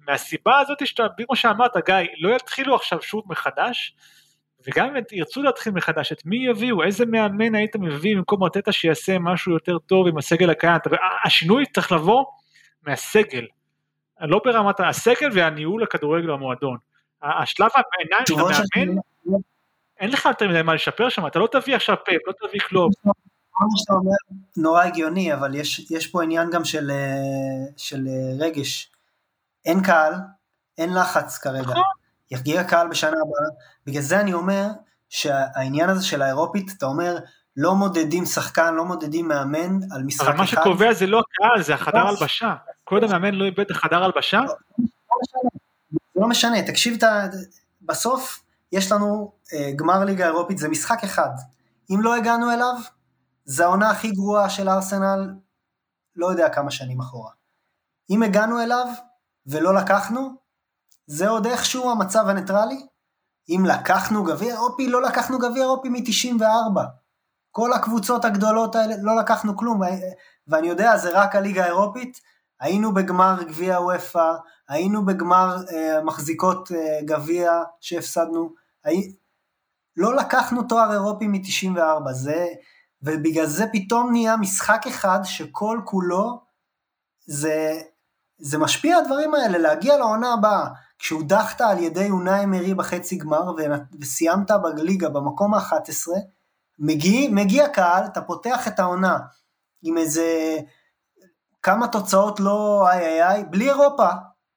מהסיבה הזאת, כמו שאמרת, גיא, לא יתחילו עכשיו שוב מחדש, וגם אם ירצו להתחיל מחדש, את מי יביאו, איזה מאמן היית מביא, במקום ארטטה שיעשה משהו יותר טוב עם הסגל הקיים, השינוי צריך לבוא מהסגל, לא ברמת הסגל והניהול הכדורגל המועדון, השלב העיניים של המאמן, אין לך יותר מה לשפר שם, אתה לא תביא עכשיו פאפ, לא תביא קלוב. מה שאתה אומר נורא הגיוני, אבל יש, יש פה עניין גם של, של רגש, אין קהל, אין לחץ כרגע, יגיע קהל בשנה הבאה, בגלל זה אני אומר שהעניין הזה של האירופית, אתה אומר, לא מודדים שחקן, לא מודדים מאמן על משחק אחד. אבל מה שקובע זה לא הקהל, זה החדר הלבשה, כל עוד המאמן לא איבד החדר הלבשה. לא משנה, תקשיב, בסוף יש לנו גמר ליגה אירופית, זה משחק אחד, אם לא הגענו אליו, זה העונה הכי גרועה של ארסנל, לא יודע כמה שנים אחורה. אם הגענו אליו ולא לקחנו, זה עוד איכשהו המצב הניטרלי. אם לקחנו גביע אירופי, לא לקחנו גביע אירופי מ-תשעים וארבע. כל הקבוצות הגדולות האלה, לא לקחנו כלום. ואני יודע, זה רק הליגה האירופית. היינו בגמר גביע וופא, היינו בגמר אה, מחזיקות אה, גביע שהפסדנו. הי... לא לקחנו תואר אירופי מ-תשעים וארבע. זה... ובגלל זה פתאום נהיה משחק אחד שכל כולו זה, זה משפיע הדברים האלה, להגיע לעונה הבאה, כשהודחת על ידי יונאי אמרי בחצי גמר, וסיימת בליגה במקום ה-אחת עשרה, מגיע, מגיע קהל, אתה פותח את העונה, עם איזה, כמה תוצאות לא איי איי איי, בלי אירופה,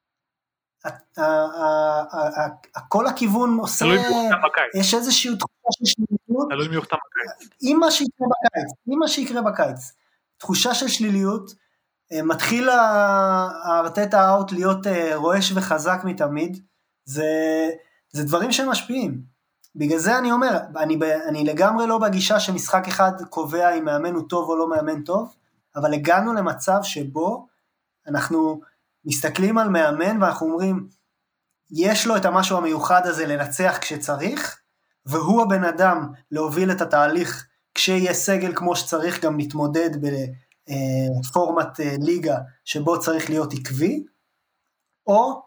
כל הכיוון עושה, יש איזושהי תחושה של שליליות, תלוי מי יוחתם בקיץ. עם מה שיקרה בקיץ, עם מה שיקרה בקיץ, תחושה של שליליות, מתחיל הארטטה אאוט להיות רועש וחזק מתמיד, זה, זה דברים שמשפיעים, בגלל זה אני אומר, אני, אני לגמרי לא בגישה שמשחק אחד קובע אם מאמן הוא טוב או לא מאמן טוב, אבל הגענו למצב שבו אנחנו מסתכלים על מאמן ואנחנו אומרים, יש לו את המשהו המיוחד הזה לנצח כשצריך, והוא הבן אדם להוביל את התהליך, כשיהיה סגל כמו שצריך גם להתמודד בפורמט ליגה, שבו צריך להיות עקבי, או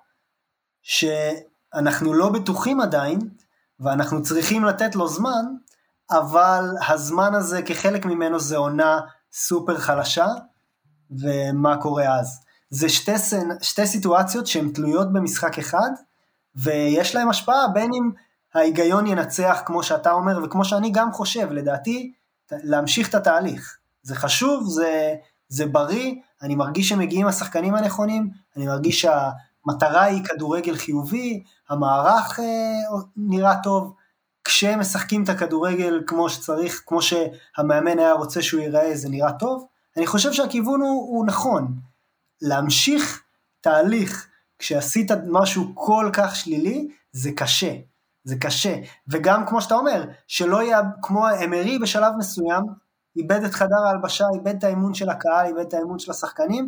שאנחנו לא בטוחים עדיין, ואנחנו צריכים לתת לו זמן, אבל הזמן הזה כחלק ממנו זה עונה סופר חלשה, ומה קורה אז? זה שתי, שתי סיטואציות שהן תלויות במשחק אחד, ויש להם השפעה בין אם ההיגיון ינצח כמו שאתה אומר, וכמו שאני גם חושב, לדעתי, להמשיך את התהליך. זה חשוב, זה, זה בריא, אני מרגיש שמגיעים השחקנים הנכונים, אני מרגיש שהמטרה היא כדורגל חיובי, המערך אה, נראה טוב, כשהם משחקים את הכדורגל כמו שצריך, כמו שהמאמן היה רוצה שהוא ייראה, זה נראה טוב. אני חושב שהכיוון הוא, הוא נכון, להמשיך תהליך, כשעשית משהו כל כך שלילי, זה קשה, זה קשה, וגם כמו שאתה אומר, שלא יהיה כמו אמרי בשלב מסוים, איבד את חדר ההלבשה, איבד את האמון של הקהל, איבד את האמון של השחקנים,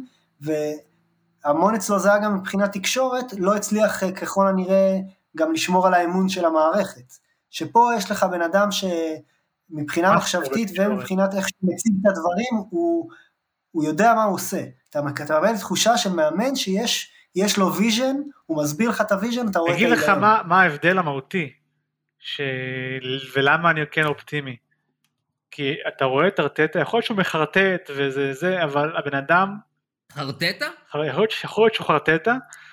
והמון אצלו זה היה גם מבחינת תקשורת, לא הצליח ככל הנראה גם לשמור על האמון של המערכת, שפה יש לך בן אדם שמבחינה מחשבתית, ומבחינת איך שהוא מציג את הדברים, הוא, הוא יודע מה הוא עושה, אתה מקבל תחושה של מאמן שיש יש לו ויז'ן, הוא מסביר לך את הוויז'ן, אתה רואה את ההיגיון. אגיד לך מה, מה ההבדל המהותי, ש... ולמה אני כן אופטימי, כי אתה רואה את ארטטה, יכול להיות שהוא מחרטט וזה זה, אבל הבן אדם... חרטטה? יכול להיות, יכול להיות שהוא חרטטה,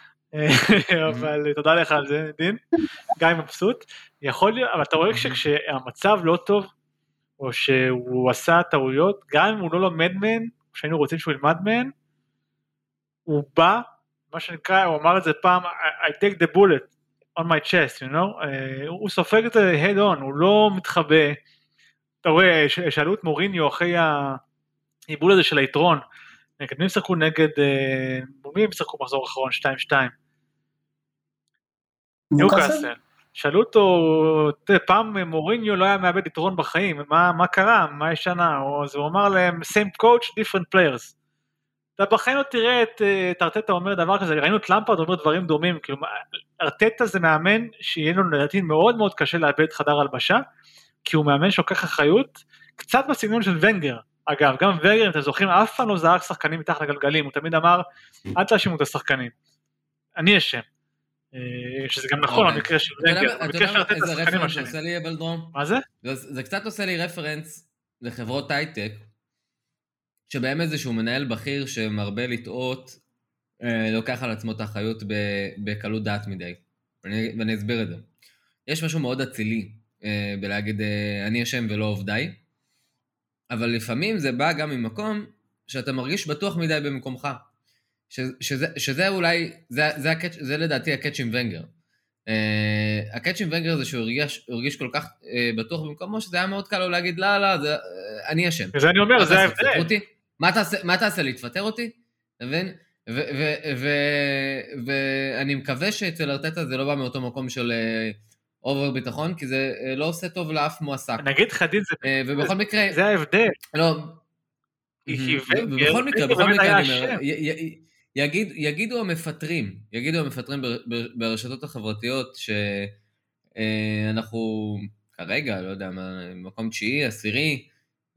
אבל תודה לך על זה, דין, גיא מבסוט, יכול להיות, אבל אתה רואה שכשהמצב לא טוב, או שהוא עשה טעויות, גם אם הוא לא לומד מהן, כשהיינו רוצים שהוא ילמד מהן, הוא בא, מה שנקרא, הוא אמר את זה פעם, I take the bullet on my chest, you know, uh, הוא סופג את זה head on, הוא לא מתחבא, אתה רואה, שאלו את מוריניו אחרי העיבול הזה של היתרון, נגד מי משחקו נגד, מי משחקו מחזור אחרון, שתיים שתיים? ניוקאסל. שאלו אותו, פעם מוריניו לא היה מאבד יתרון בחיים, מה, מה קרה, מה ישנה, אז הוא אמר להם, same coach, different players. אתה בחיים לא תראה את, את ארטטה אומר דבר כזה, ראינו את למפרד אומר דברים דומים, כאילו, ארטטה זה מאמן שיהיה לו לדעתי מאוד מאוד קשה לאבד חדר הלבשה, כי הוא מאמן שוקח אחריות, קצת בסגנון של ונגר, אגב, גם ונגר, אם אתם זוכרים, אף פעם לא זרק שחקנים מתחת לגלגלים, הוא תמיד אמר, אל תאשימו את השחקנים, אני אשם. שזה גם נכון, המקרה של ונגר, המקרה של לתת את השחקנים השנים. מה זה? זה קצת עושה לי רפרנס לחברות הייטק, שבהם איזשהו מנהל בכיר שמרבה לטעות, לוקח על עצמו את האחריות בקלות דעת מדי. ואני אסביר את זה. יש משהו מאוד אצילי בלהגיד אני אשם ולא עובדיי, אבל לפעמים זה בא גם ממקום שאתה מרגיש בטוח מדי במקומך. שזה, שזה אולי, זה, זה, הקאץ', זה לדעתי הקאץ' עם ונגר. הקאץ' עם ונגר זה שהוא הרגיש, הרגיש כל כך בטוח במקומו, שזה היה מאוד קל לו להגיד, לא, לא, זה, אני אשם. וזה אני אומר, זה ההבדל. מה תעשה, מה תעשה, להתפטר אותי? תבין? ואני מקווה שאצל ארטטה זה לא בא מאותו מקום של אובר ביטחון, כי זה לא עושה טוב לאף מועסק. נגיד חדין זה, ובכל מקרה, זה ההבדל. לא, בכל מקרה, בכל מקרה, אני אומר, יגיד, יגידו המפטרים, יגידו המפטרים ברשתות החברתיות שאנחנו כרגע, לא יודע, מקום תשיעי, עשירי,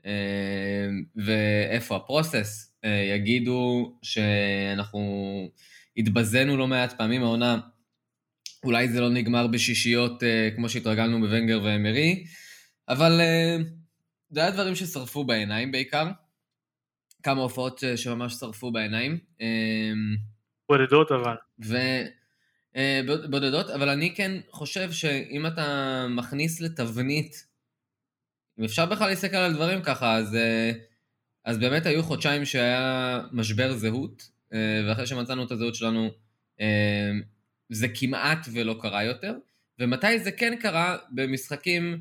ואיפה הפרוסס, יגידו שאנחנו התבזנו לא מעט פעמים העונה, אולי זה לא נגמר בשישיות כמו שהתרגלנו בוונגר ואמרי, אבל זה היה דברים ששרפו בעיניים בעיקר, כמה הופעות שממש שרפו בעיניים. בודדות אבל. ו... בודדות, אבל אני כן חושב שאם אתה מכניס לתבנית, אם אפשר בכלל להסתכל על דברים ככה, אז, אז באמת היו חודשיים שהיה משבר זהות, ואחרי שמצאנו את הזהות שלנו, זה כמעט ולא קרה יותר, ומתי זה כן קרה במשחקים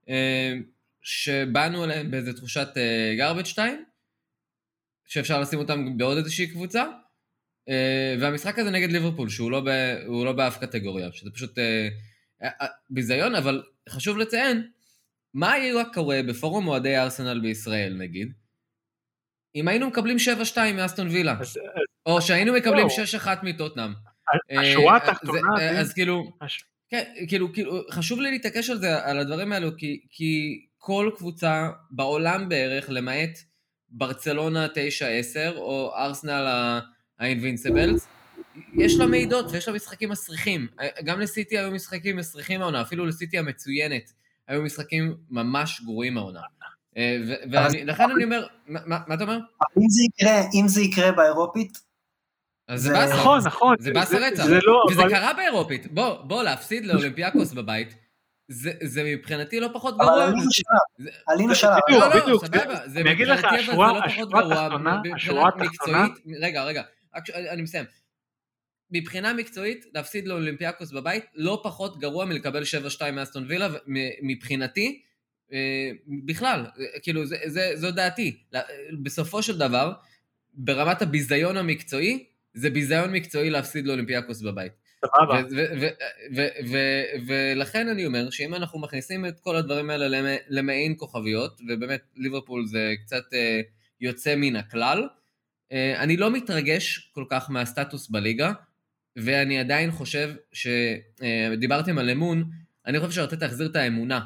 שבאנו אליהם באיזו תחושת garbage time, שאפשר לשים אותם בעוד איזושהי קבוצה, והמשחק הזה נגד ליברפול, שהוא לא, ב, הוא לא באף קטגוריה, שזה פשוט ביזיון, אבל חשוב לציין, מה היה קורה בפורום מועדי ארסנל בישראל, נגיד, אם היינו מקבלים שבע שתיים מאסטון וילה, או שהיינו מקבלים שש אחת מטוטנאם. השורה התחתונה... אז כאילו, כן, כאילו, חשוב לי להתעקש על זה, על הדברים האלו, כי כל קבוצה בעולם בערך, למעט ברצלונה תשע עשר, או ארסנל האינבינסיבלס, יש לה מידות ויש לה משחקים מסריחים. גם לסיטי היו משחקים מסריחים מהעונה, אפילו לסיטי המצוינת, היו משחקים ממש גרועים מהעונה. ולכן אני אומר, מה אתה אומר? אם זה יקרה באירופית, אז זה באסה. נכון, נכון. זה באסה רצח. וזה קרה באירופית. בוא, להפסיד לאולימפיאקוס בבית, זה מבחינתי לא פחות גרוע. אבל עלינו שלה. עלינו שלה. לא, לא, סבבה. זה מבחינתי אבל זה לא פחות גרוע. מבחינת מקצועית, רגע, רגע, אני מסיים. מבחינה מקצועית, להפסיד לאולימפיאקוס בבית, לא פחות גרוע מלקבל שבע שתיים מאסטון וילה, מבחינתי, בכלל, כאילו, זו דעתי. בסופו של דבר, ברמת הביזיון המקצועי, זה ביזיון מקצועי להפסיד לאולימפיאקוס בבית. ולכן אני אומר שאם אנחנו מכניסים את כל הדברים האלה למעין כוכביות, ובאמת ליברפול זה קצת יוצא מן הכלל, אני לא מתרגש כל כך מהסטטוס בליגה, ואני עדיין חושב שדיברתם על אמון, אני חושב שרצית להחזיר את האמונה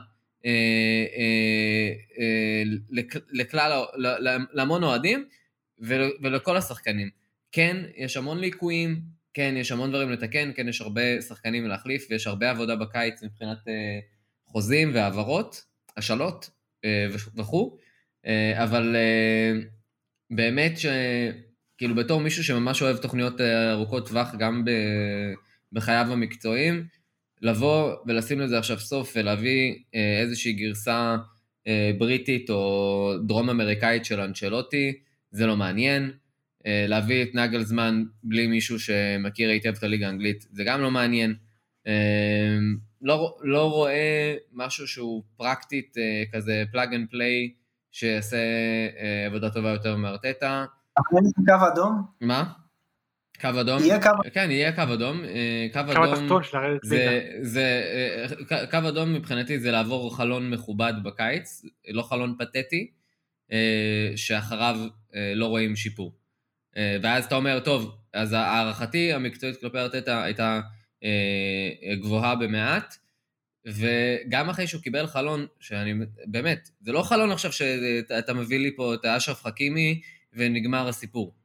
לכלל, להמון אוהדים ולכל השחקנים. כן, יש המון ליקויים, כן, יש המון דברים לתקן, כן, יש הרבה שחקנים להחליף, ויש הרבה עבודה בקיץ מבחינת חוזים והעברות, השאלות וכו', אבל באמת שכאילו בתור מישהו שממש אוהב תוכניות ארוכות טווח גם בחייו המקצועיים, לבוא ולשים לזה עכשיו סוף ולהביא איזושהי גרסה בריטית או דרום אמריקאית של אנצ'לוטי, זה לא מעניין. להביא את נגלזמן בלי מישהו שמכיר היטב את הליגה האנגלית, זה גם לא מעניין. לא, לא רואה משהו שהוא פרקטית כזה פלאג אנד פליי שיעשה עבודה טובה יותר מארטטה. אבל יש קו אדום? מה? קו אדום? יהיה קו... כן, יהיה קו אדום. קו אדום זה, זה, קו אדום מבחינתי זה לעבור חלון מכובד בקיץ, לא חלון פתטי, שאחריו לא רואים שיפור. ואז אתה אומר, טוב, אז הערכתי המקצועית כלפי ארטטה הייתה גבוהה במעט, וגם אחרי שהוא קיבל חלון, שאני באמת, זה לא חלון עכשיו שאתה מביא לי פה את אשרף חכימי ונגמר הסיפור.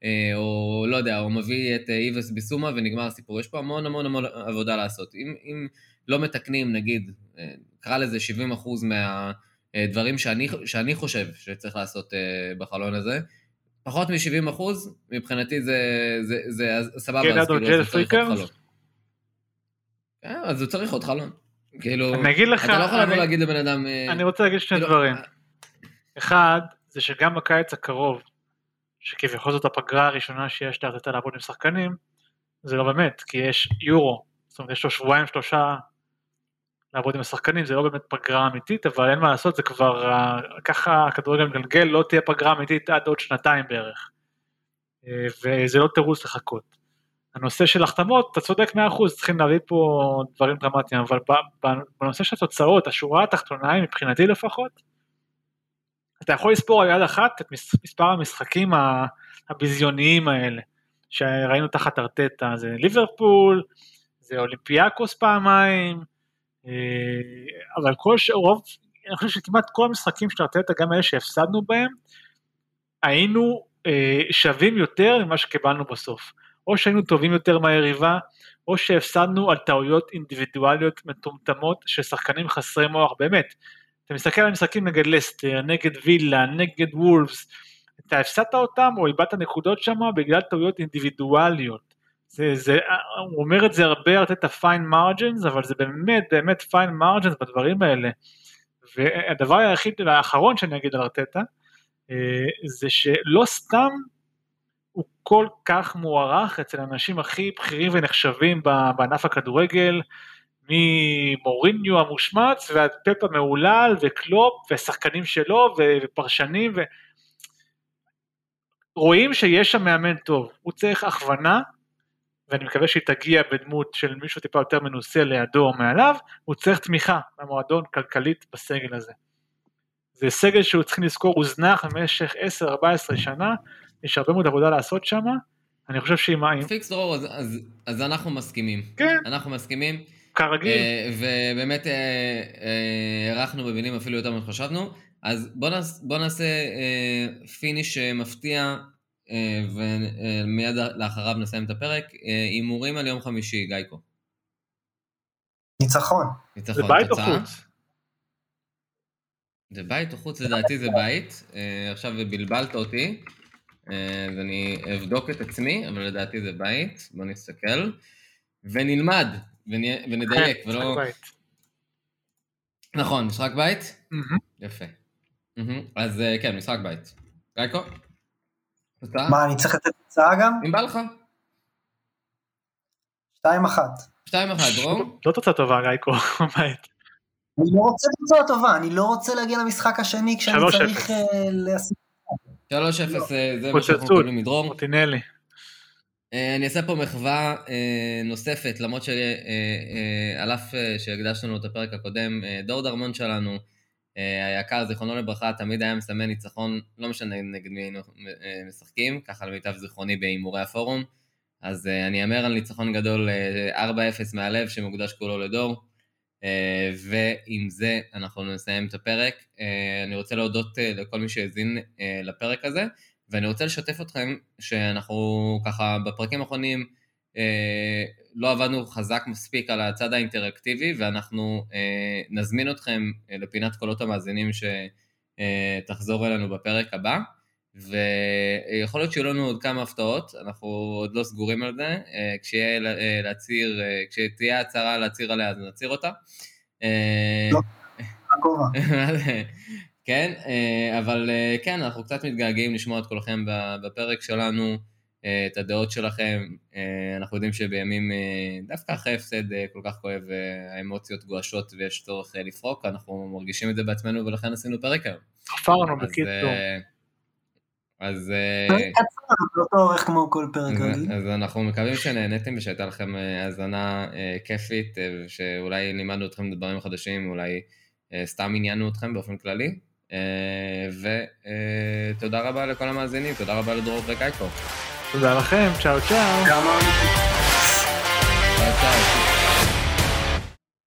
או לא יודע, או מביא את איבס ביסומה ונגמר הסיפור. יש פה המון המון המון עבודה לעשות. אם, אם לא מתקנים, נגיד, קרא לזה שבעים אחוז מהדברים שאני, שאני חושב שצריך לעשות בחלון הזה, פחות מ-שבעים אחוז, מבחינתי זה, זה, זה, זה סבבה, אז כאילו, זה צריך עוד חלון. כן, אז זה צריך עוד חלון. כאילו, אני אגיד לך, אתה לא יכול אני, לבוא להגיד לבן אדם... אני רוצה להגיד שני דברים. אחד, זה שגם בקיץ הקרוב, שכביכול זאת הפגרה הראשונה שיש לארטטה לעבוד עם שחקנים, זה לא באמת, כי יש יורו, זאת אומרת, יש לו שבועיים, שלושה לעבוד עם השחקנים, זה לא באמת פגרה אמיתית, אבל אין מה לעשות, זה כבר, ככה הכדורגל מגלגל, לא תהיה פגרה אמיתית עד עוד שנתיים בערך, וזה לא תירוץ לחכות. הנושא של החתמות, אתה צודק מאה אחוז, צריכים להביא פה דברים דרמטיים, אבל בנושא של התוצאות, השורה התחתונה, מבחינתי לפחות, אתה יכול לספור על יד אחת את מספר המשחקים הביזיוניים האלה, שראינו תחת ארטטה, זה ליברפול, זה אולימפיאקוס פעמיים, אבל כל רוב, אני חושב שכמעט כל המשחקים של ארטטה, גם אלה שהפסדנו בהם, היינו שווים יותר ממה שקיבלנו בסוף, או שהיינו טובים יותר מהיריבה, או שהפסדנו על טעויות אינדיבידואליות מטומטמות, של שחקנים חסרי מוח, באמת, אתה מסתכל על משחקים נגד לסטר, נגד וילה, נגד וולפס, אתה הפסדת אותם או איבדת נקודות שם בגלל טעויות אינדיבידואליות. זה, זה, הוא אומר את זה הרבה, ארטטה פיין מרג'נס, אבל זה באמת, באמת פיין מרג'נס בדברים האלה. והדבר היחיד האחרון שאני אגיד על ארטטה, זה שלא סתם הוא כל כך מוערך אצל האנשים הכי בכירים ונחשבים בענף הכדורגל, ממוריניו המושמץ, ועד פפ המעולל, וקלופ, ושחקנים שלו, ופרשנים, ו... רואים שיש שם מאמן טוב, הוא צריך הכוונה, ואני מקווה שהיא תגיע בדמות של מישהו טיפה יותר מנוסה לידו או מעליו, הוא צריך תמיכה במועדון כלכלית בסגל הזה. זה סגל שהוא צריך לזכור, הוא זנח במשך עשר ארבע עשרה שנה, יש הרבה מאוד עבודה לעשות שם, אני חושב שהיא מה... פיקס דרור, אז, אז, אז אנחנו מסכימים. כן. אנחנו מסכימים. כרגיל. ובאמת ערכנו במילים אפילו יותר מחשבנו, אז בוא נעשה, בוא נעשה פיניש מפתיע, ומיד לאחריו נסיים את הפרק, הימורים על יום חמישי, גייקו. ניצחון. ניצחון, זה בית או חוץ? זה בית או חוץ, לדעתי זה בית, עכשיו בלבלת אותי, אז אני אבדוק את עצמי, אבל לדעתי זה בית, בוא נסתכל, ונלמד. ונדייק, ולא... נכון, משחק בית? יפה. אז כן, משחק בית. גייקו? תוצאה? מה, אני צריך לתת תוצאה גם? אם בא לך. שתיים אחת. שתיים אחת, דרום? לא תוצאה טובה, גייקו, בית. אני לא רוצה תוצאה טובה, אני לא רוצה להגיע למשחק השני כשאני צריך להסיק. שלוש אפס, זה מה שאנחנו קוראים מדרום. מוטינלי. אני אעשה פה מחווה נוספת, למרות שעל אף שהקדשנו לנו את הפרק הקודם, דור דרמון שלנו, היקר, זיכרונו לברכה, תמיד היה מסמן ניצחון, לא משנה נגד מי היינו משחקים, ככה למיטב זיכרוני באימורי הפורום, אז אני אמר על ניצחון גדול ארבע אפס מהלב, שמוקדש כולו לדור, ועם זה אנחנו נסיים את הפרק. אני רוצה להודות לכל מי שהזין לפרק הזה, ואני רוצה לשתף אתכם שאנחנו ככה בפרקים האחרונים אה, לא עבדנו חזק מספיק על הצד האינטראקטיבי, ואנחנו אה, נזמין אתכם לפינת קולות המאזינים שתחזור אלינו בפרק הבא, ויכול להיות שיהיו לנו עוד כמה הפתעות, אנחנו עוד לא סגורים על זה, אה, כשיהיה להציר, אה, כשתהיה הצהרה להציר עליה אז נציר אותה. אה, לא, הקובה. כן, אבל כן, אנחנו קצת מתגעגעים לשמוע את כולכם בפרק שלנו, את הדעות שלכם, אנחנו יודעים שבימים, דווקא אחרי הפסד כל כך כואב, האמוציות גואשות ויש צורך לפרוק, אנחנו מרגישים את זה בעצמנו ולכן עשינו פרק היום. חפרנו בקיצור. אז... קצר, לא תאורך כמו כל פרק רגיל. אז אנחנו מקווים שנהנתם ושהייתה לכם האזנה כיפית, שאולי לימדנו אתכם דברים חדשים, אולי סתם עניינו אתכם באופן כללי. ותודה רבה לכל המאזינים, תודה רבה לדרור וגייקו. תודה לכם, צ'או צ'או. צ'או צ'או.